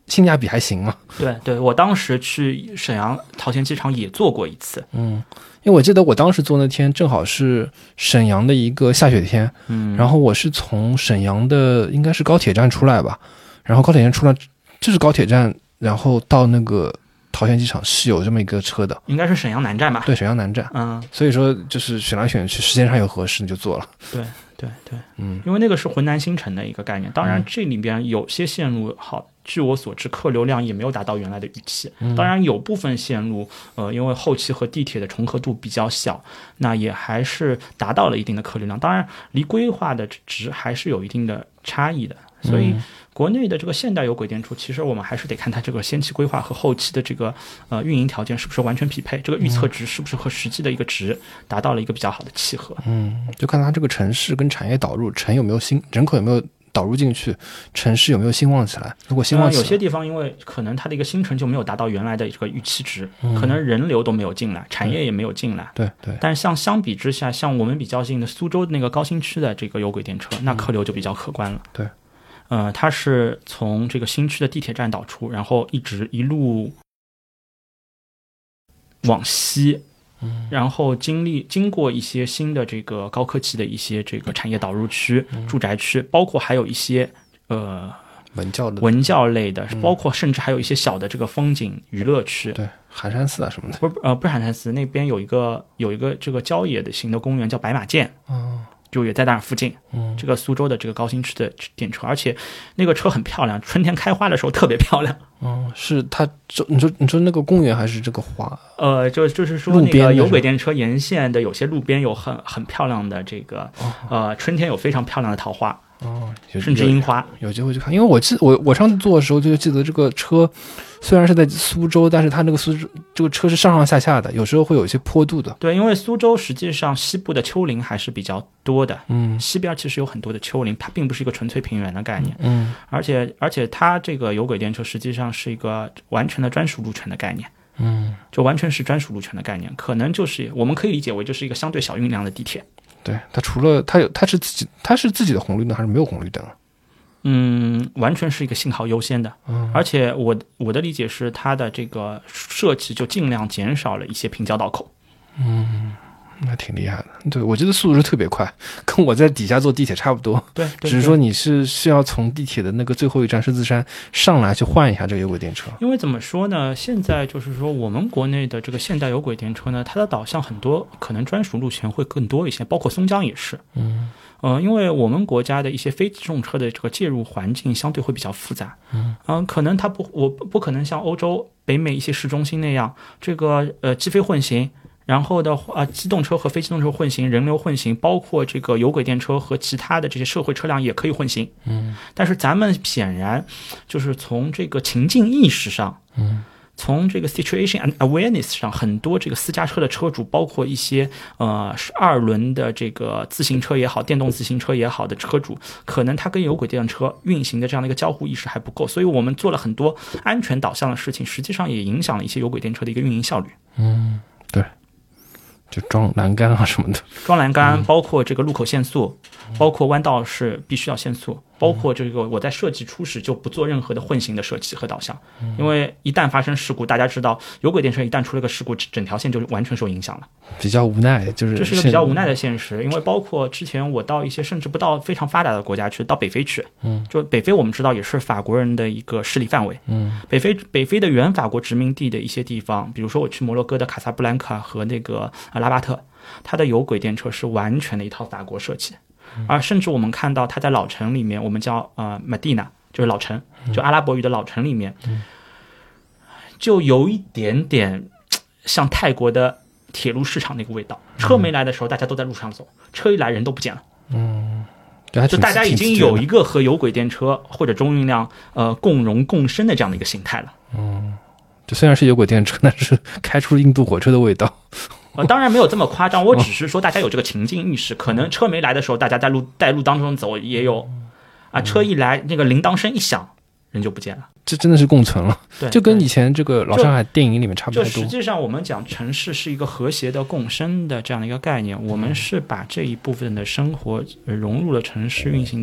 性价比还行嘛。 对对，我当时去沈阳桃园机场也坐过一次。 因为我记得我当时坐那天正好是沈阳的一个下雪天，然后我是从沈阳的应该是高铁站出来吧，然后高铁站出来就是高铁站，然后到那个桃园机场是有这么一个车的， 应该是沈阳南站吧？ 对，沈阳南站。所以说就是选来选去，时间上又合适，你就坐了。 对对对，因为那个是浑南新城的一个概念。当然，这里边有些线路据我所知，客流量也没有达到原来的预期。当然，有部分线路，因为后期和地铁的重合度比较小，那也还是达到了一定的客流量。当然，离规划的值还是有一定的差异的。所以，国内的这个现代有轨电车，其实我们还是得看它这个先期规划和后期的这个运营条件是不是完全匹配，这个预测值是不是和实际的一个值达到了一个比较好的契合。 就看它这个城市跟产业导入，城有没有人口有没有导入进去，城市有没有兴旺起来。如果兴旺起来， 有些地方因为可能它的一个新城就没有达到原来的这个预期值，可能人流都没有进来，产业也没有进来。 对对。 但是相比之下，像我们比较近的苏州那个高新区的这个有轨电车，那客流就比较可观了。 对。 它是从这个新区的地铁站导出，然后一路往西，然后经过一些新的这个高科技的一些这个产业导入区、住宅区，包括还有一些文教类的，包括甚至还有一些小的这个风景娱乐区。 对，寒山寺啊什么的。 不是寒山寺，那边有一个这个郊野的型的公园叫白马涧。就也在那附近，这个苏州的这个高新区的电车，而且那个车很漂亮，春天开花的时候特别漂亮。 是它，你说那个公园还是这个花？ 就是说那个有轨电车沿线的有些路边有很漂亮的这个，春天有非常漂亮的桃花。甚至樱花。 有机会去看，因为我上次坐的时候就记得这个车虽然是在苏州，但是它那个这个车是上上下下的，有时候会有一些坡度的。 对，因为苏州实际上西部的丘陵还是比较多的，西边其实有很多的丘陵，它并不是一个纯粹平原的概念，而且它这个有轨电车实际上是一个完全的专属路权的概念。就完全是专属路权的概念，可能就是我们可以理解为就是一个相对小运量的地铁。 对，它除了它是自己的红绿灯还是没有红绿灯？ 完全是一个信号优先的。而且我的理解是它的这个设计就尽量减少了一些平交道口。 那挺厉害的。对，我觉得速度是特别快，跟我在底下坐地铁差不多。 对， 只是说你是要从地铁的那个最后一站狮子山上来去换一下这个有轨电车。 因为怎么说呢，现在就是说我们国内的这个现代有轨电车呢，它的导向很多可能专属路权会更多一些，包括松江也是。因为我们国家的一些非机动车的这个介入环境相对会比较复杂。可能我不可能像欧洲、北美一些市中心那样，这个机非混行。然后的话，机动车和非机动车混行，人流混行，包括这个有轨电车和其他的这些社会车辆也可以混行。但是咱们显然就是从这个情境意识上，从这个 situation and awareness 上，很多这个私家车的车主，包括一些二轮的这个自行车也好，电动自行车也好的车主，可能他跟有轨电车运行的这样的一个交互意识还不够，所以我们做了很多安全导向的事情，实际上也影响了一些有轨电车的一个运营效率。 对。就装栏杆啊什么的， 装栏杆，包括这个路口限速，包括弯道是必须要限速，包括这个我在设计初始就不做任何的混行的设计和导向，因为一旦发生事故，大家知道有轨电车一旦出了个事故，整条线就完全受影响了。 比较无奈，这是个比较无奈的现实。因为包括之前我到一些甚至不到非常发达的国家去，到北非去，就北非我们知道也是法国人的一个势力范围，北非的原法国殖民地的一些地方，比如说我去摩洛哥的卡萨布兰卡和那个拉巴特，它的有轨电车是完全的一套法国设计。而甚至我们看到它在老城里面，我们叫Medina， 就是老城，就阿拉伯语的老城里面，就有一点点像泰国的铁路市场那个味道。车没来的时候，大家都在路上走；车一来，人都不见了。就大家已经有一个和有轨电车或者中运量共荣共生的这样的一个形态了。 这虽然是有轨电车，但是开出了印度火车的味道。 当然没有这么夸张，我只是说大家有这个情境意识，可能车没来的时候，大家在路当中走也有，车一来，那个铃铛声一响，人就不见了。 这真的是共存了， 对， 就跟以前这个老上海电影里面差不多。 就实际上我们讲城市是一个和谐的共生的这样的一个概念，我们是把这一部分的生活融入了城市运行的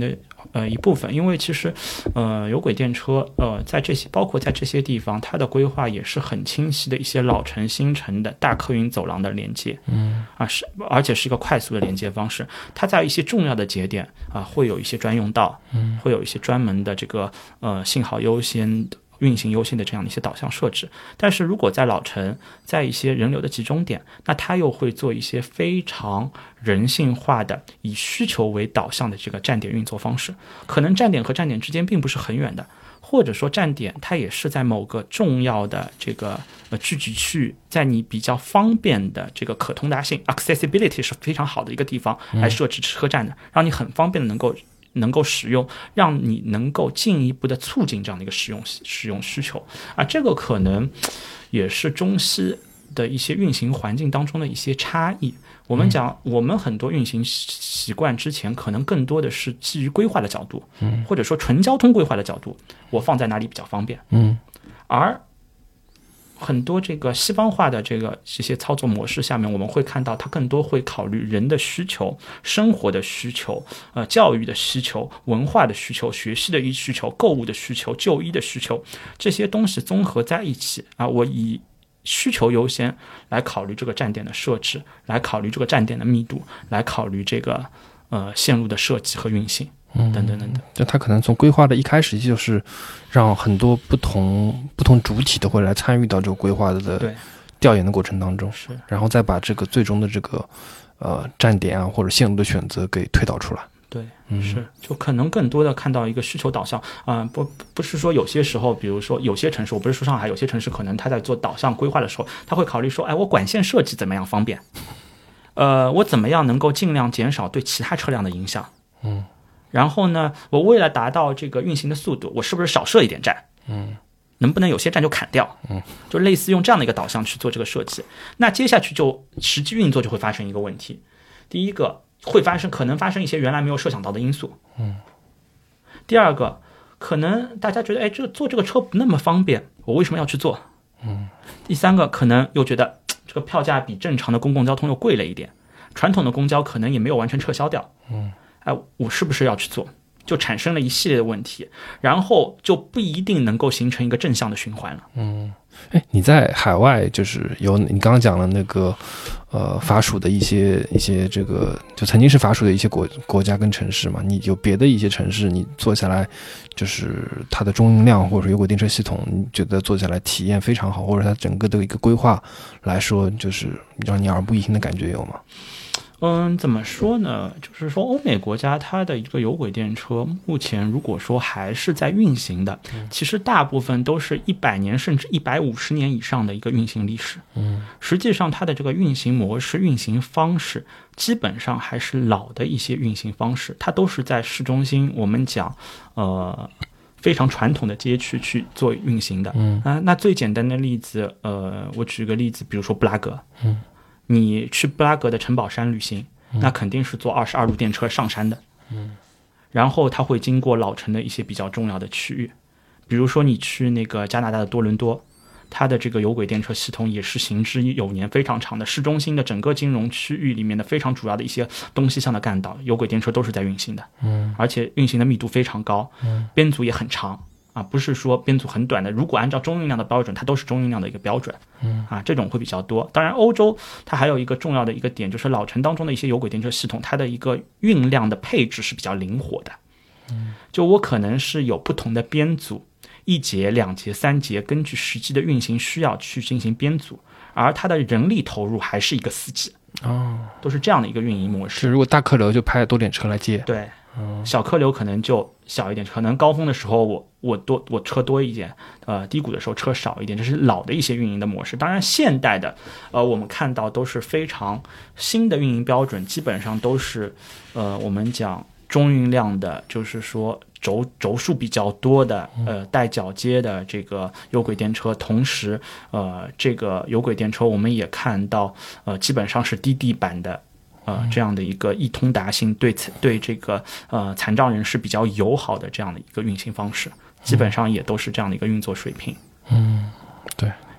一部分，因为其实有轨电车在这些包括在这些地方，它的规划也是很清晰的一些老城新城的大客运走廊的连接，而且是一个快速的连接方式。它在一些重要的节点会有一些专用道，会有一些专门的这个信号优先运行优先的这样的一些导向设置。但是如果在老城，在一些人流的集中点，那它又会做一些非常人性化的以需求为导向的这个站点运作方式。可能站点和站点之间并不是很远的，或者说站点它也是在某个重要的这个聚集区，在你比较方便的这个可通达性 accessibility 是非常好的一个地方来设置车站的，让你很方便的能够使用，让你能够进一步的促进这样的一个使用需求这个可能也是中西的一些运行环境当中的一些差异。我们讲，我们很多运行习惯之前可能更多的是基于规划的角度，或者说纯交通规划的角度，我放在哪里比较方便，而很多这个西方化的这些操作模式下面，我们会看到它更多会考虑人的需求、生活的需求、教育的需求、文化的需求、学习的需求、购物的需求、就医的需求，这些东西综合在一起我以需求优先来考虑这个站点的设置，来考虑这个站点的密度，来考虑这个线路的设计和运行。等等等等， 就他可能从规划的一开始就是让很多不同主体都会来参与到这个规划的调研的过程当中，然后再把这个最终的这个站点或者线路的选择给推导出来。 对，是，就可能更多的看到一个需求导向不是说有些时候，比如说有些城市，我不是说上海，有些城市可能他在做导向规划的时候，他会考虑说，我管线设计怎么样方便，我怎么样能够尽量减少对其他车辆的影响，然后呢，我为了达到这个运行的速度，我是不是少设一点站？能不能有些站就砍掉？就类似用这样的一个导向去做这个设计。那接下去就实际运作就会发生一个问题。第一个可能发生一些原来没有设想到的因素。第二个，可能大家觉得，坐这个车不那么方便，我为什么要去做？第三个，可能又觉得这个票价比正常的公共交通又贵了一点，传统的公交可能也没有完全撤销掉。我是不是要去做？就产生了一系列的问题，然后就不一定能够形成一个正向的循环了。 你在海外就是有你刚刚讲了那个法属的一些这个就曾经是法属的一些国家跟城市嘛，你有别的一些城市，你坐下来就是它的中运量或者有轨电车系统，你觉得坐下来体验非常好，或者它整个的一个规划来说，就是让你耳目一新的感觉有吗？ 怎么说呢？就是说，欧美国家它的一个有轨电车，目前如果说还是在运行的，其实大部分都是100年甚至150年以上的一个运行历史。实际上它的这个运行模式、运行方式，基本上还是老的一些运行方式，它都是在市中心，我们讲非常传统的街区去做运行的。那最简单的例子，我举个例子，比如说布拉格。你去布拉格的城堡山旅行，那肯定是坐22路电车上山的。然后它会经过老城的一些比较重要的区域，比如说你去那个加拿大的多伦多，它的这个有轨电车系统也是行之有年非常长的，市中心的整个金融区域里面的非常主要的一些东西向的干道，有轨电车都是在运行的。而且运行的密度非常高，编组也很长。不是说编组很短的，如果按照中运量的标准，它都是中运量的一个标准。这种会比较多。当然，欧洲它还有一个重要的一个点，就是老城当中的一些有轨电车系统，它的一个运量的配置是比较灵活的。就我可能是有不同的编组，1节、2节、3节，根据实际的运行需要去进行编组，而它的人力投入还是一个4级。都是这样的一个运营模式。 就如果大客流就派多点车来接。 对。小客流可能就小一点，可能高峰的时候我车多一点，低谷的时候车少一点，这是老的一些运营的模式。当然现代的我们看到都是非常新的运营标准，基本上都是我们讲中运量的，就是说轴数比较多的带铰接的这个有轨电车。同时这个有轨电车我们也看到基本上是低地板的这样的一个易通达性，对这个残障人士比较友好的这样的一个运行方式，基本上也都是这样的一个运作水平。 对，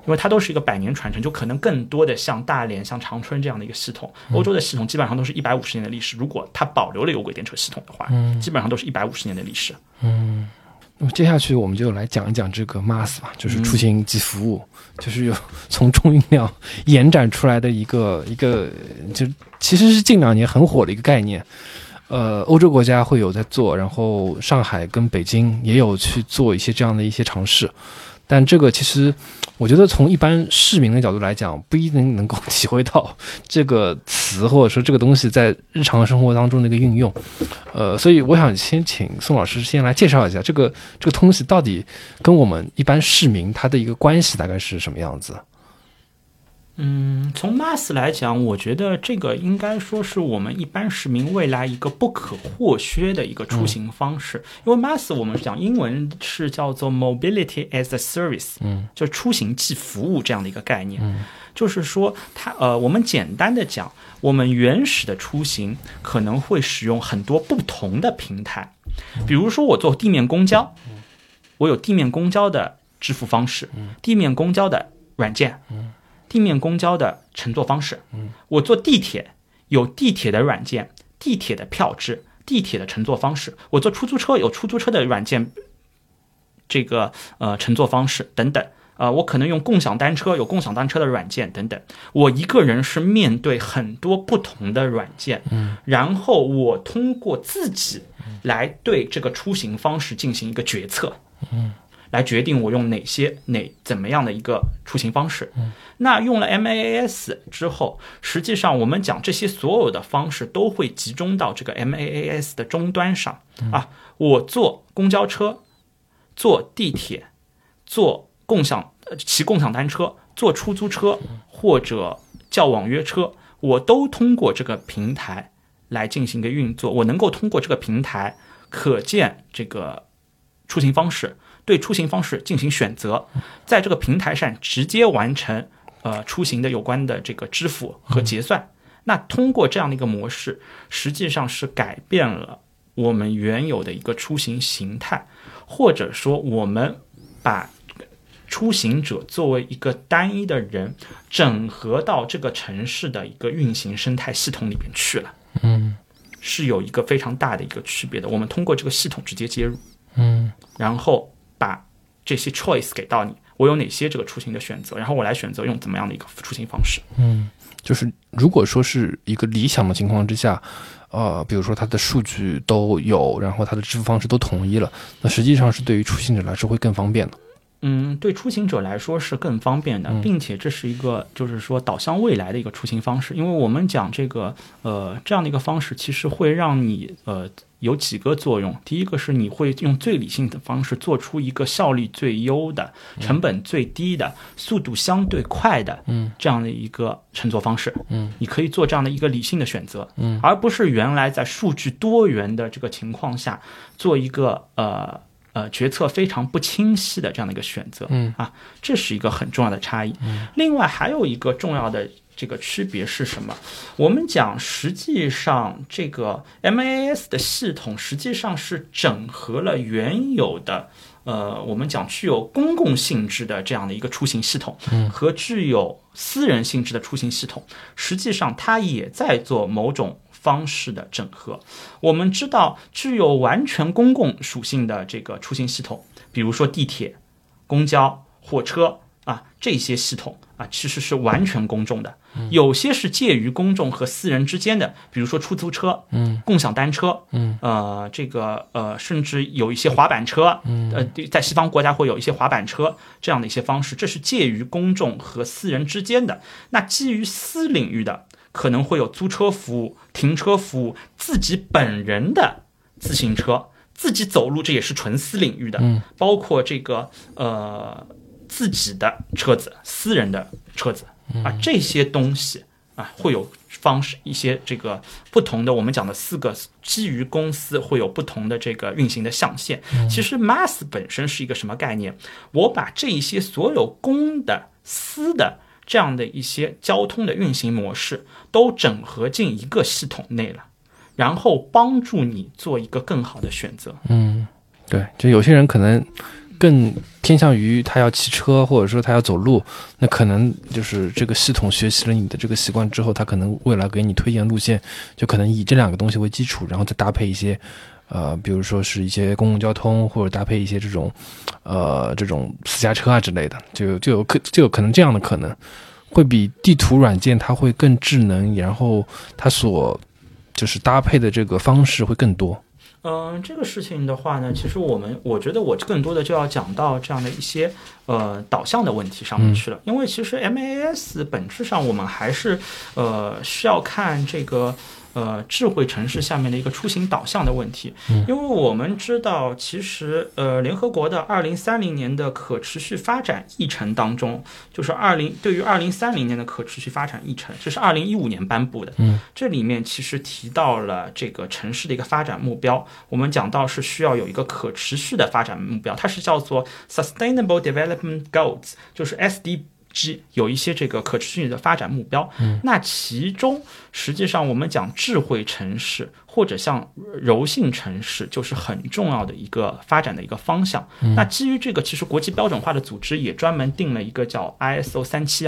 因为它都是一个100年传承，就可能更多的像大连、像长春这样的一个系统，欧洲的系统基本上都是150年的历史。如果它保留了有轨电车系统的话，基本上都是150年的历史。 那么接下去我们就来讲一讲这个 MaaS 吧，就是出行及服务，就是有从重运量延展出来的一个，就其实是近2年很火的一个概念。欧洲国家会有在做，然后上海跟北京也有去做一些这样的一些尝试。但这个其实我觉得从一般市民的角度来讲，不一定能够体会到这个词或者说这个东西在日常生活当中的一个运用。所以我想先请宋老师先来介绍一下这个东西到底跟我们一般市民它的一个关系大概是什么样子。 从 MaaS 来讲，我觉得这个应该说是我们一般市民未来一个不可或缺的一个出行方式。因为 MaaS 我们讲英文是叫做 Mobility as a Service，就是出行即服务这样的一个概念。就是说我们简单的讲，我们原始的出行可能会使用很多不同的平台，比如说我坐地面公交，我有地面公交的支付方式，地面公交的软件，地面公交的乘坐方式，我坐地铁有地铁的软件、地铁的票制、地铁的乘坐方式，我坐出租车有出租车的软件，这个乘坐方式等等。我可能用共享单车有共享单车的软件等等。我一个人是面对很多不同的软件，然后我通过自己来对这个出行方式进行一个决策，来决定我用怎么样的一个出行方式。那用了 MaaS 之后，实际上我们讲这些所有的方式都会集中到这个 MaaS 的终端上。我坐公交车、坐地铁、骑共享单车、坐出租车或者叫网约车，我都通过这个平台来进行一个运作。我能够通过这个平台可见这个出行方式，对出行方式进行选择，在这个平台上直接完成出行的有关的这个支付和结算。那通过这样的一个模式，实际上是改变了我们原有的一个出行形态，或者说我们把出行者作为一个单一的人整合到这个城市的一个运行生态系统里面去了。是有一个非常大的一个区别的。我们通过这个系统直接接入，然后把这些 choice 给到你，我有哪些这个出行的选择，然后我来选择用怎么样的一个出行方式。 就是如果说是一个理想的情况之下，比如说它的数据都有，然后它的支付方式都统一了，那实际上是对于出行者来说会更方便的。 对出行者来说是更方便的，并且这是一个就是说导向未来的一个出行方式。因为我们讲这个这样的一个方式，其实会让你有几个作用。第一个是你会用最理性的方式做出一个效率最优的、成本最低的、速度相对快的这样的一个乘坐方式。你可以做这样的一个理性的选择，而不是原来在数据多元的这个情况下做一个决策非常不清晰的这样的一个选择。这是一个很重要的差异。另外还有一个重要的这个区别是什么？我们讲实际上这个 MaaS 的系统实际上是整合了原有的我们讲具有公共性质的这样的一个出行系统和具有私人性质的出行系统，实际上它也在做某种方式的整合。我们知道具有完全公共属性的这个出行系统，比如说地铁、公交、火车这些系统其实是完全公众的。有些是介于公众和私人之间的，比如说出租车、共享单车，甚至有一些滑板车，在西方国家会有一些滑板车这样的一些方式，这是介于公众和私人之间的。那基于私领域的，可能会有租车服务、停车服务，自己本人的自行车，自己走路，这也是纯私领域的，包括这个自己的车子、私人的车子这些东西会有方式一些这个不同的，我们讲的4个基于公司会有不同的这个运行的象限。其实 MaaS 本身是一个什么概念？我把这一些所有公的、私的这样的一些交通的运行模式都整合进一个系统内了，然后帮助你做一个更好的选择。 对，就有些人可能更偏向于他要骑车或者说他要走路，那可能就是这个系统学习了你的这个习惯之后，他可能未来给你推荐路线，就可能以这两个东西为基础，然后再搭配一些比如说是一些公共交通，或者搭配一些这种私家车啊之类的，就有可能这样的可能，会比地图软件它会更智能，然后它所就是搭配的这个方式会更多。 这个事情的话呢，其实我觉得我更多的就要讲到这样的一些导向的问题上面去了，因为其实 MAS 本质上我们还是需要看这个智慧城市下面的一个出行导向的问题，因为我们知道，其实联合国的2030年的可持续发展议程当中，就是对于2030年的可持续发展议程，这是2015年颁布的，这里面其实提到了这个城市的一个发展目标，我们讲到是需要有一个可持续的发展目标，它是叫做 Sustainable Development Goals， 就是 SD。有一些这个可持续的发展目标，那其中实际上我们讲智慧城市或者像柔性城市就是很重要的一个发展的一个方向。那基于这个，其实国际标准化的组织也专门定了一个叫 ISO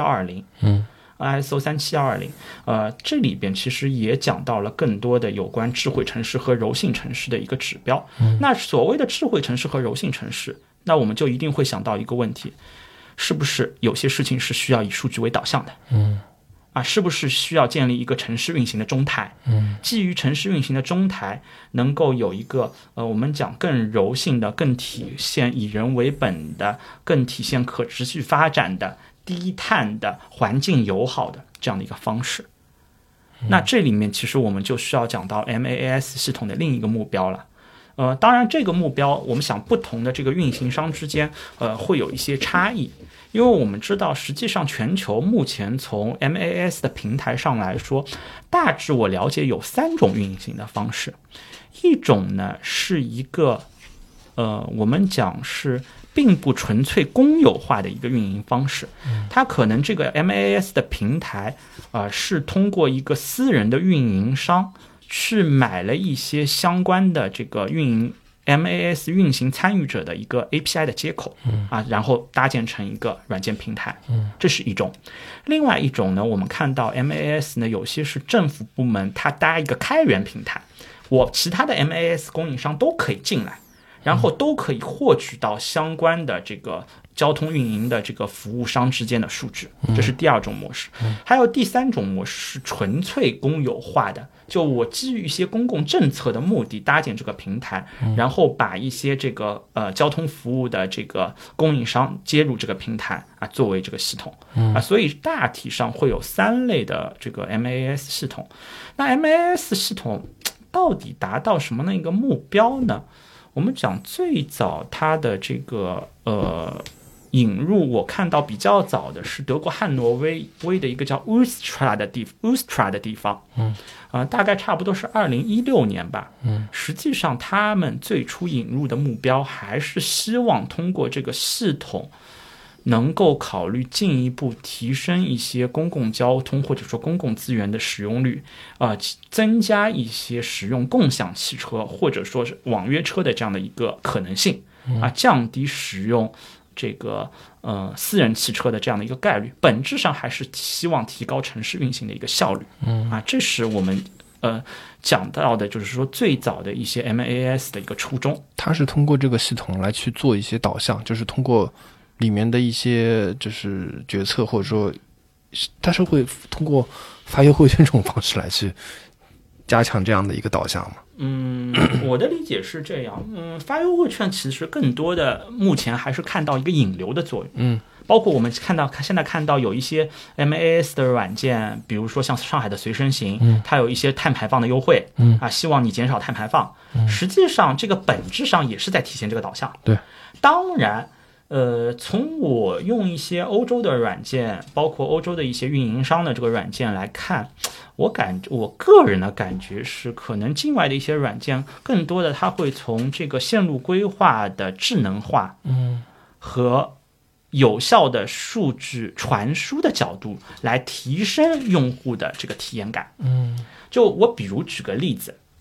37120。ISO 37120，这里边其实也讲到了更多的有关智慧城市和柔性城市的一个指标。那所谓的智慧城市和柔性城市，那我们就一定会想到一个问题。是不是有些事情是需要以数据为导向的？是不是需要建立一个城市运行的中台？基于城市运行的中台，能够有一个我们讲更柔性的、更体现以人为本的、更体现可持续发展的、低碳的、环境友好的这样的一个方式。那这里面其实我们就需要讲到 MAS 系统的另一个目标了。当然这个目标我们想不同的这个运行商之间会有一些差异，因为我们知道实际上全球目前从 MAS 的平台上来说，大致我了解有3种运行的方式。一种呢是一个我们讲是并不纯粹公有化的一个运营方式，它可能这个 MAS 的平台是通过一个私人的运营商去买了一些相关的这个运营 MAS 运行参与者的一个 API 的接口，然后搭建成一个软件平台，这是一种。另外一种呢，我们看到 MAS 呢有些是政府部门它搭一个开源平台，我其他的 MAS 供应商都可以进来，然后都可以获取到相关的这个交通运营的这个服务商之间的数据，这是第2种模式。还有第3种模式是纯粹公有化的，就我基于一些公共政策的目的搭建这个平台，然后把一些这个交通服务的这个供应商接入这个平台作为这个系统所以大体上会有3类的这个 MAS 系统。那 MAS 系统到底达到什么样的一个目标呢？我们讲最早它的这个引入，我看到比较早的是德国汉诺威的一个叫 Ustra 的地方，大概差不多是2016年吧。实际上他们最初引入的目标还是希望通过这个系统能够考虑进一步提升一些公共交通或者说公共资源的使用率，增加一些使用共享汽车或者说是网约车的这样的一个可能性，降低使用这个私人汽车的这样的一个概率，本质上还是希望提高城市运行的一个效率。这是我们讲到的，就是说最早的一些 MAS 的一个初衷。它是通过这个系统来去做一些导向，就是通过里面的一些就是决策，或者说它是会通过发优惠券这种方式来去加强这样的一个导向吗？我的理解是这样。发优惠券其实更多的目前还是看到一个引流的作用。包括我们现在看到有一些 MAS 的软件，比如说像上海的随身行，它有一些碳排放的优惠，希望你减少碳排放。实际上这个本质上也是在体现这个导向。对，当然从我用一些欧洲的软件，包括欧洲的一些运营商的这个软件来看，我个人的感觉是，可能境外的一些软件更多的它会从这个线路规划的智能化，和有效的数据传输的角度来提升用户的这个体验感。就我比如举个例子，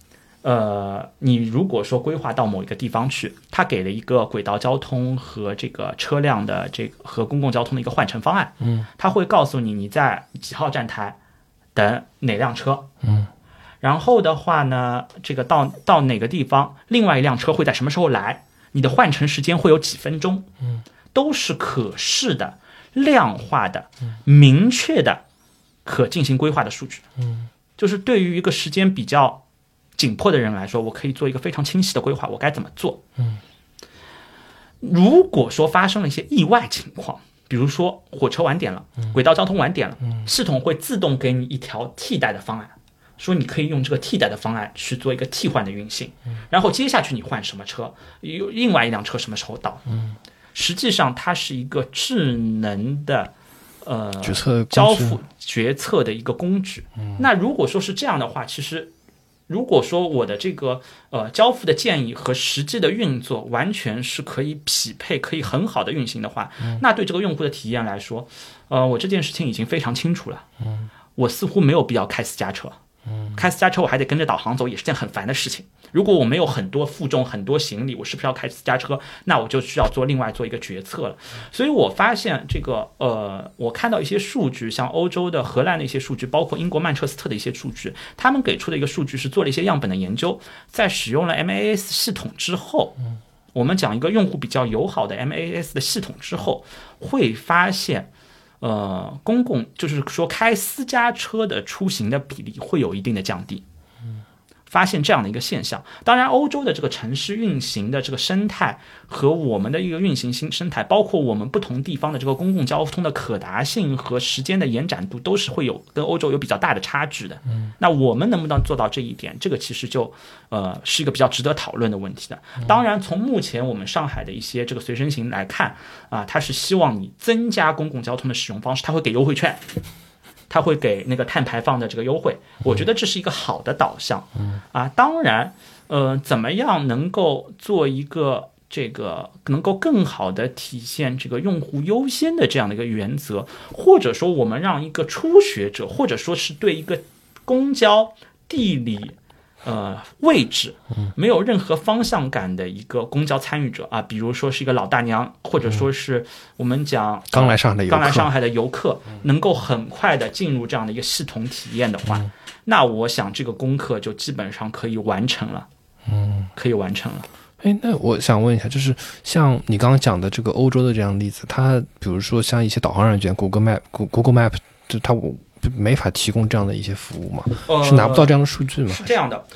你如果说规划到某一个地方去，它给了一个轨道交通和这个车辆的这个和公共交通的一个换乘方案，它会告诉你你在几号站台等哪辆车，然后的话呢，这个到哪个地方，另外一辆车会在什么时候来，你的换乘时间会有几分钟，都是可视的、量化的、明确的、可进行规划的数据。就是对于一个时间比较紧迫的人来说，我可以做一个非常清晰的规划，我该怎么做。如果说发生了一些意外情况，比如说火车晚点了，轨道交通晚点了，系统会自动给你一条替代的方案，说你可以用这个替代的方案去做一个替换的运行，然后接下去你换什么车，另外一辆车什么时候到。实际上它是一个智能的决策交付决策的一个工具。那如果说是这样的话，其实如果说我的这个交付的建议和实际的运作完全是可以匹配，可以很好的运行的话，那对这个用户的体验来说，我这件事情已经非常清楚了。我似乎没有必要开私家车。开私家车我还得跟着导航走，也是件很烦的事情。如果我没有很多负重、很多行李，我是不是要开私家车？那我就需要另外做一个决策了。所以我发现这个我看到一些数据，像欧洲的、荷兰的一些数据，包括英国曼彻斯特的一些数据，他们给出的一个数据是做了一些样本的研究，在使用了 MAS 系统之后，我们讲一个用户比较友好的 MAS 的系统之后，会发现公共就是说开私家车的出行的比例会有一定的降低。发现这样的一个现象。当然欧洲的这个城市运行的这个生态和我们的一个运行生态，包括我们不同地方的这个公共交通的可达性和时间的延展度，都是会有跟欧洲有比较大的差距的。那我们能不能做到这一点，这个其实就是一个比较值得讨论的问题的。当然从目前我们上海的一些这个随身行来看它是希望你增加公共交通的使用方式，它会给优惠券，他会给那个碳排放的这个优惠，我觉得这是一个好的导向。当然，怎么样能够做一个这个能够更好的体现这个用户优先的这样的一个原则，或者说我们让一个初学者，或者说是对一个公交地理位置没有任何方向感的一个公交参与者比如说是一个老大娘，或者说是我们讲刚来上海的游客，能够很快的进入这样的一个系统体验的话，那我想这个功课就基本上可以完成了。可以完成了。 那我想问一下，就是像你刚刚讲的这个欧洲的这样的例子，它比如说像一些导航软件 Google Map 就它没法提供这样的一些服务吗？是拿不到这样的数据吗？ 是这样的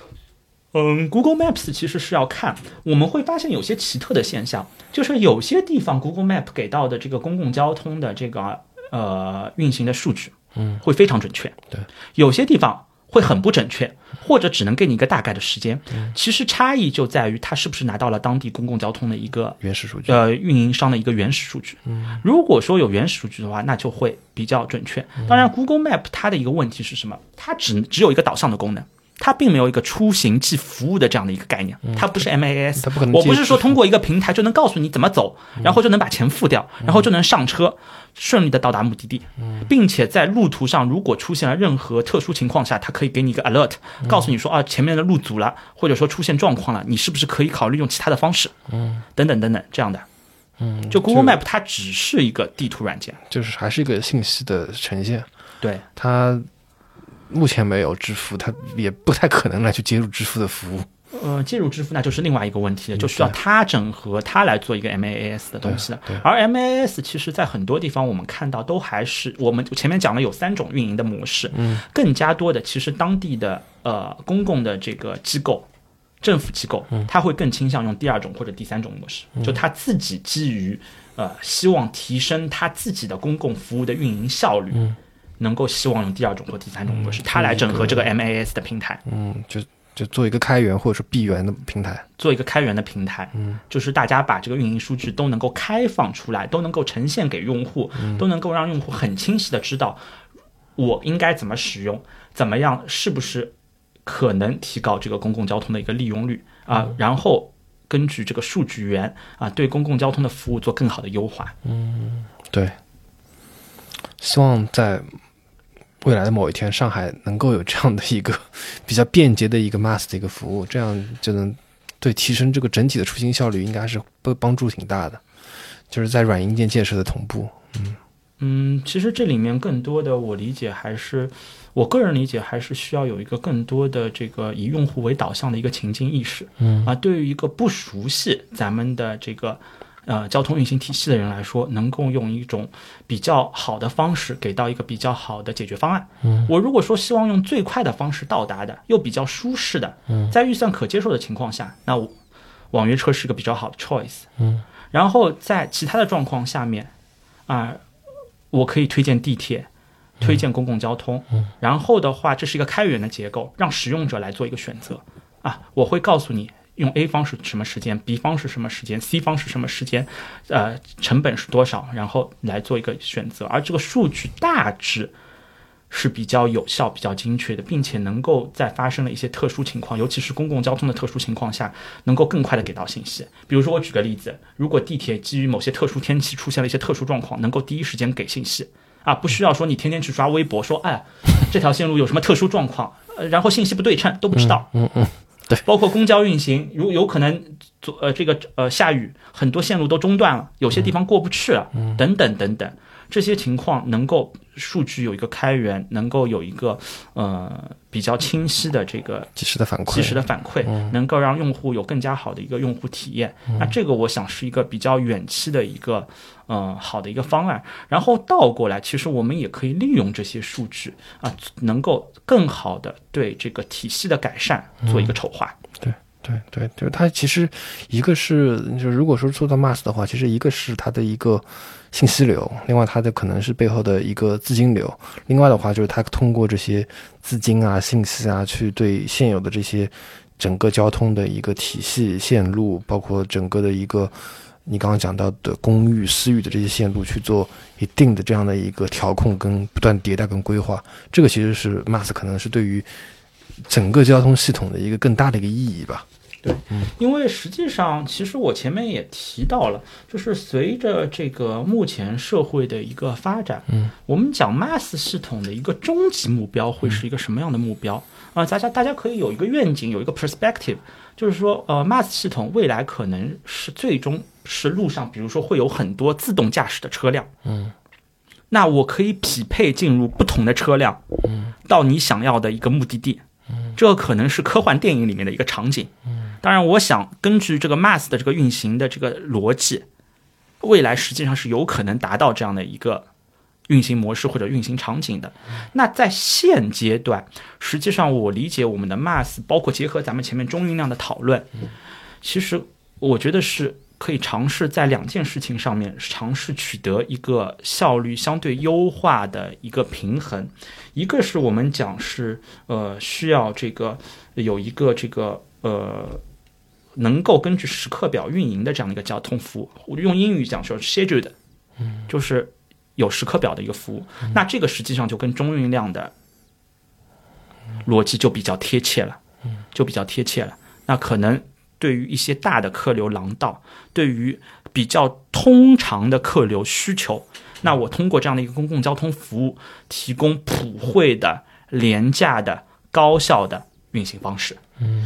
，Google Maps 其实是要看，我们会发现有些奇特的现象，就是有些地方 Google Map 给到的这个公共交通的这个运行的数据，会非常准确。 对， 有些地方会很不准确，或者只能给你一个大概的时间。其实差异就在于它是不是拿到了当地公共交通的一个原始数据， 运营商的一个原始数据。如果说有原始数据的话，那就会比较准确。当然 Google Map 它的一个问题是什么？它只有一个导向的功能，它并没有一个出行即服务的这样的一个概念，它不是 MAS， 我不是说通过一个平台就能告诉你怎么走，然后就能把钱付掉，然后就能上车顺利的到达目的地，并且在路途上如果出现了任何特殊情况下，它可以给你一个 alert， 告诉你说前面的路阻了，或者说出现状况了，你是不是可以考虑用其他的方式，等等等等这样的。就 Google Map 它只是一个地图软件， 就是还是一个信息的呈现。 对， 它目前没有支付，它也不太可能来去接入支付的服务。 介入支付那就是另外一个问题了，就需要它整合，它来做一个 MAS 的东西了。而 MAS 其实在很多地方我们看到都还是我们前面讲了有3种运营的模式，更加多的其实当地的公共的这个机构、政府机构，它会更倾向用第2种或者第3种模式，就它自己基于希望提升它自己的公共服务的运营效率，能够希望用第2种或第3种模式，它来整合这个 MAS 的平台。 就做一个开源或者说闭源的平台， 做一个开源的平台，就是大家把这个运营数据都能够开放出来，都能够呈现给用户，都能够让用户很清晰的知道我应该怎么使用，怎么样是不是可能提高这个公共交通的一个利用率然后根据这个数据源对公共交通的服务做更好的优化。 对，希望在未来的某一天，上海能够有这样的一个比较便捷的一个 MaaS 的一个服务，这样就能对提升这个整体的出行效率应该是帮助挺大的，就是在软硬件建设的同步。 其实这里面更多的我理解还是，我个人理解还是需要有一个更多的这个以用户为导向的一个情境意识。对于一个不熟悉咱们的这个交通运行体系的人来说，能够用一种比较好的方式给到一个比较好的解决方案。我如果说希望用最快的方式到达的，又比较舒适的，在预算可接受的情况下，那网约车是一个比较好的 choice。然后在其他的状况下面我可以推荐地铁，推荐公共交通，然后的话，这是一个开源的结构，让使用者来做一个选择我会告诉你用 A 方是什么时间 ，B 方是什么时间 ，C 方是什么时间，成本是多少，然后来做一个选择，而这个数据大致是比较有效、比较精确的，并且能够在发生了一些特殊情况，尤其是公共交通的特殊情况下，能够更快的给到信息。比如说，我举个例子，如果地铁基于某些特殊天气出现了一些特殊状况，能够第一时间给信息不需要说你天天去刷微博说，这条线路有什么特殊状况，然后信息不对称都不知道。 对， 包括公交运行，如有可能下雨，很多线路都中断了，有些地方过不去了，等等等等。这些情况能够数据有一个开源，能够有一个比较清晰的这个及时的反馈， 能够让用户有更加好的一个用户体验。那这个我想是一个比较远期的一个好的一个方案。然后倒过来，其实我们也可以利用这些数据能够更好的对这个体系的改善做一个筹划。 对，就是它其实一个是，就如果说做到 MaaS 的话，其实一个是它的一个信息流，另外它的可能是背后的一个资金流，另外的话就是它通过这些资金信息去对现有的这些整个交通的一个体系线路，包括整个的一个你刚刚讲到的公域私域的这些线路去做一定的这样的一个调控跟不断迭代跟规划，这个其实是 MaaS 可能是对于整个交通系统的一个更大的一个意义吧。 对，因为实际上其实我前面也提到了，就是随着这个目前社会的一个发展，我们讲 MaaS 系统的一个终极目标会是一个什么样的目标大家可以有一个愿景，有一个 perspective， 就是说MaaS 系统未来可能是最终是路上比如说会有很多自动驾驶的车辆，那我可以匹配进入不同的车辆到你想要的一个目的地，这可能是科幻电影里面的一个场景。当然我想根据这个 MaaS 的这个运行的这个逻辑，未来实际上是有可能达到这样的一个运行模式或者运行场景的。那在现阶段，实际上我理解我们的 MaaS， 包括结合咱们前面中运量的讨论，其实我觉得是可以尝试在两件事情上面尝试取得一个效率相对优化的一个平衡。一个是我们讲是需要这个有一个这个能够根据时刻表运营的这样的一个交通服务，我用英语讲说 scheduled， 就是有时刻表的一个服务。那这个实际上就跟中运量的逻辑就比较贴切了，那可能对于一些大的客流廊道，对于比较通常的客流需求，那我通过这样的一个公共交通服务，提供普惠的、廉价的、高效的运行方式。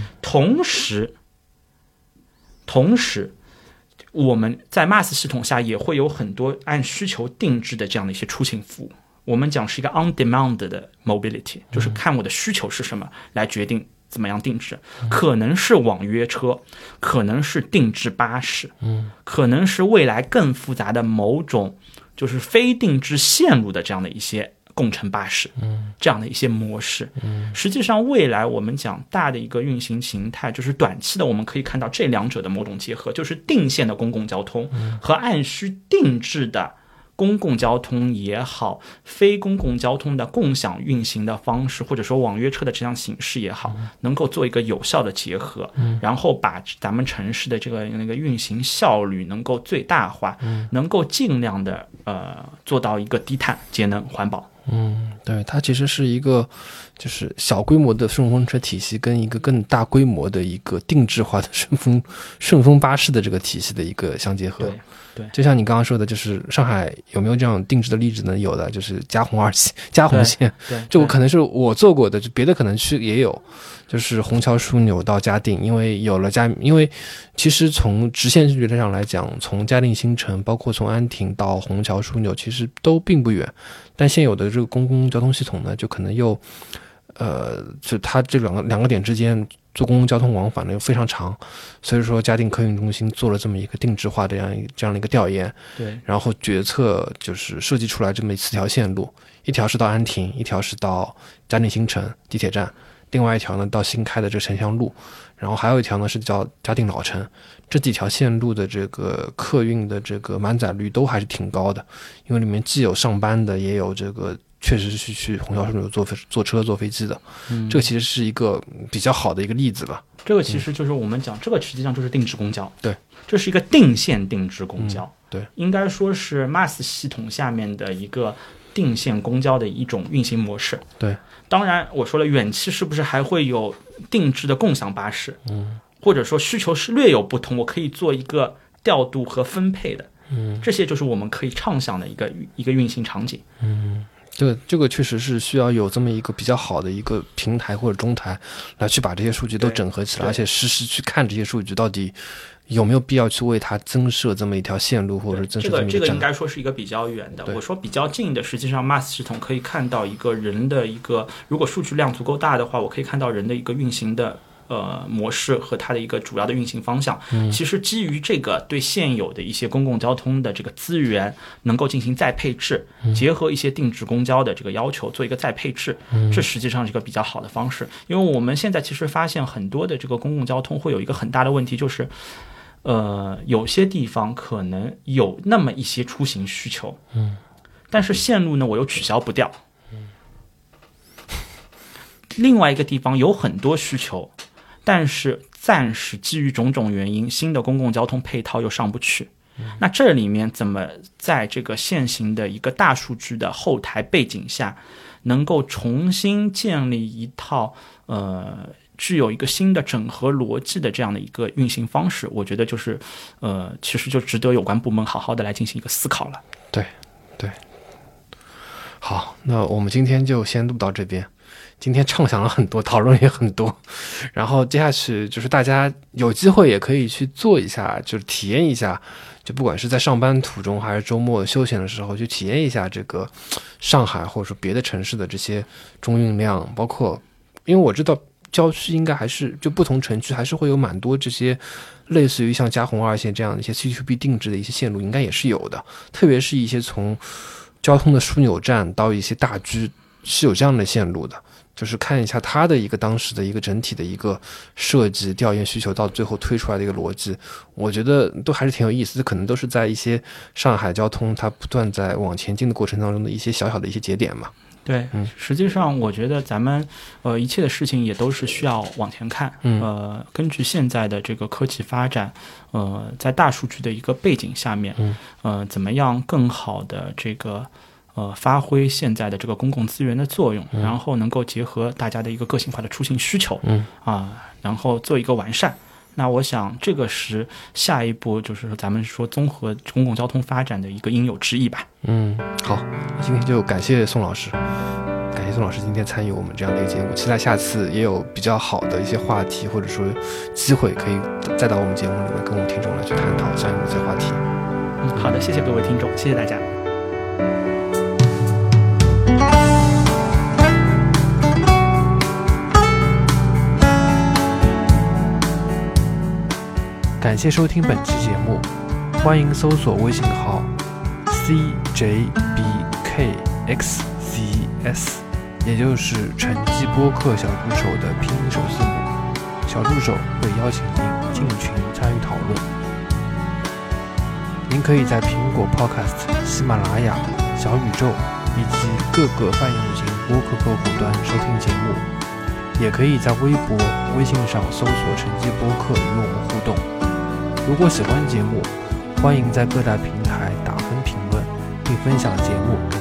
同时我们在 MaaS 系统下也会有很多按需求定制的这样的一些出行服务。我们讲是一个 on demand 的 mobility， 就是看我的需求是什么来决定怎么样定制，可能是网约车，可能是定制巴士，可能是未来更复杂的某种就是非定制线路的这样的一些共乘巴士，这样的一些模式。实际上未来我们讲大的一个运行形态，就是短期的我们可以看到这两者的某种结合，就是定线的公共交通和按需定制的公共交通也好，非公共交通的共享运行的方式，或者说网约车的这样形式也好，能够做一个有效的结合，然后把咱们城市的这个那个运行效率能够最大化，能够尽量的做到一个低碳、节能、环保对，它其实是一个就是小规模的顺风车体系跟一个更大规模的一个定制化的顺风巴士的这个体系的一个相结合。 对， 就像你刚刚说的，就是上海有没有这样定制的例子呢？有的，就是嘉红线， 对， 这个可能是我做过的，就别的可能区也有，就是虹桥枢纽到嘉定，因为其实从直线距离上来讲，从嘉定新城，包括从安亭到虹桥枢纽，其实都并不远，但现有的这个公共交通系统呢，就可能又就它这两个点之间做公共交通往返呢又非常长，所以说嘉定客运中心做了这么一个定制化的这样的一个调研， 对， 然后决策就是设计出来这么4条线路，一条是到安亭，一条是到嘉定新城地铁站，另外一条呢到新开的这城乡路，然后还有一条呢是叫嘉定老城。这几条线路的这个客运的这个满载率都还是挺高的，因为里面既有上班的，也有这个确实是去虹桥枢纽坐车坐飞机的，这个其实是一个比较好的一个例子吧。 这个其实就是我们讲，这个实际上就是定制公交， 对， 这是一个定线定制公交， 对， 应该说是 MAS 系统下面的一个定线公交的一种运行模式。 对， 当然我说了，远期是不是还会有定制的共享巴士？或者说需求是略有不同，我可以做一个调度和分配的，这些就是我们可以畅想的一个运行场景。 这个确实是需要有这么一个比较好的一个平台或者中台来去把这些数据都整合起来，而且实时去看这些数据到底有没有必要去为它增设这么一条线路，或者是增设这么一个这个应该说是一个比较远的。我说比较近的，实际上 MAS 系统可以看到一个人的一个，如果数据量足够大的话，我可以看到人的一个运行的模式和它的一个主要的运行方向。其实基于这个对现有的一些公共交通的这个资源能够进行再配置，结合一些定制公交的这个要求做一个再配置，这实际上是一个比较好的方式。因为我们现在其实发现很多的这个公共交通会有一个很大的问题，就是有些地方可能有那么一些出行需求，但是线路呢我又取消不掉，另外一个地方有很多需求，但是暂时基于种种原因，新的公共交通配套又上不去。那这里面怎么在这个现行的一个大数据的后台背景下，能够重新建立一套具有一个新的整合逻辑的这样的一个运行方式，我觉得就是其实就值得有关部门好好的来进行一个思考了。 对，好，那我们今天就先录到这边。今天畅想了很多，讨论也很多，然后接下去就是大家有机会也可以去做一下，就是体验一下，就不管是在上班途中还是周末休闲的时候，去体验一下这个上海或者说别的城市的这些中运量，包括因为我知道郊区应该还是就不同城区还是会有蛮多这些类似于像嘉红2线这样的一些 C2B 定制的一些线路，应该也是有的，特别是一些从交通的枢纽站到一些大居是有这样的线路的，就是看一下它的一个当时的一个整体的一个设计调研需求到最后推出来的一个逻辑，我觉得都还是挺有意思的，可能都是在一些上海交通它不断在往前进的过程当中的一些小小的一些节点嘛。 对，实际上我觉得咱们一切的事情也都是需要往前看，根据现在的这个科技发展，在大数据的一个背景下面，怎么样更好的这个发挥现在的这个公共资源的作用，然后能够结合大家的一个个性化的出行需求，然后做一个完善。那我想这个是下一步就是咱们说综合公共交通发展的一个应有之义吧。 好，今天就感谢宋老师今天参与我们这样的一个节目，期待下次也有比较好的一些话题或者说机会可以再到我们节目里面跟我们听众来去探讨相应的一些话题。 好的，谢谢各位听众，谢谢大家。 感谢收听本期节目，欢迎搜索微信号 CJBKXZS， 也就是成绩播客小助手的拼音首字母。小助手会邀请您进群参与讨论。您可以在苹果 Podcast、喜马拉雅、小宇宙以及各个泛用型播客客户端收听节目，也可以在微博、微信上搜索成绩播客与我们互动。如果喜欢节目，欢迎在各大平台打分评论，并分享节目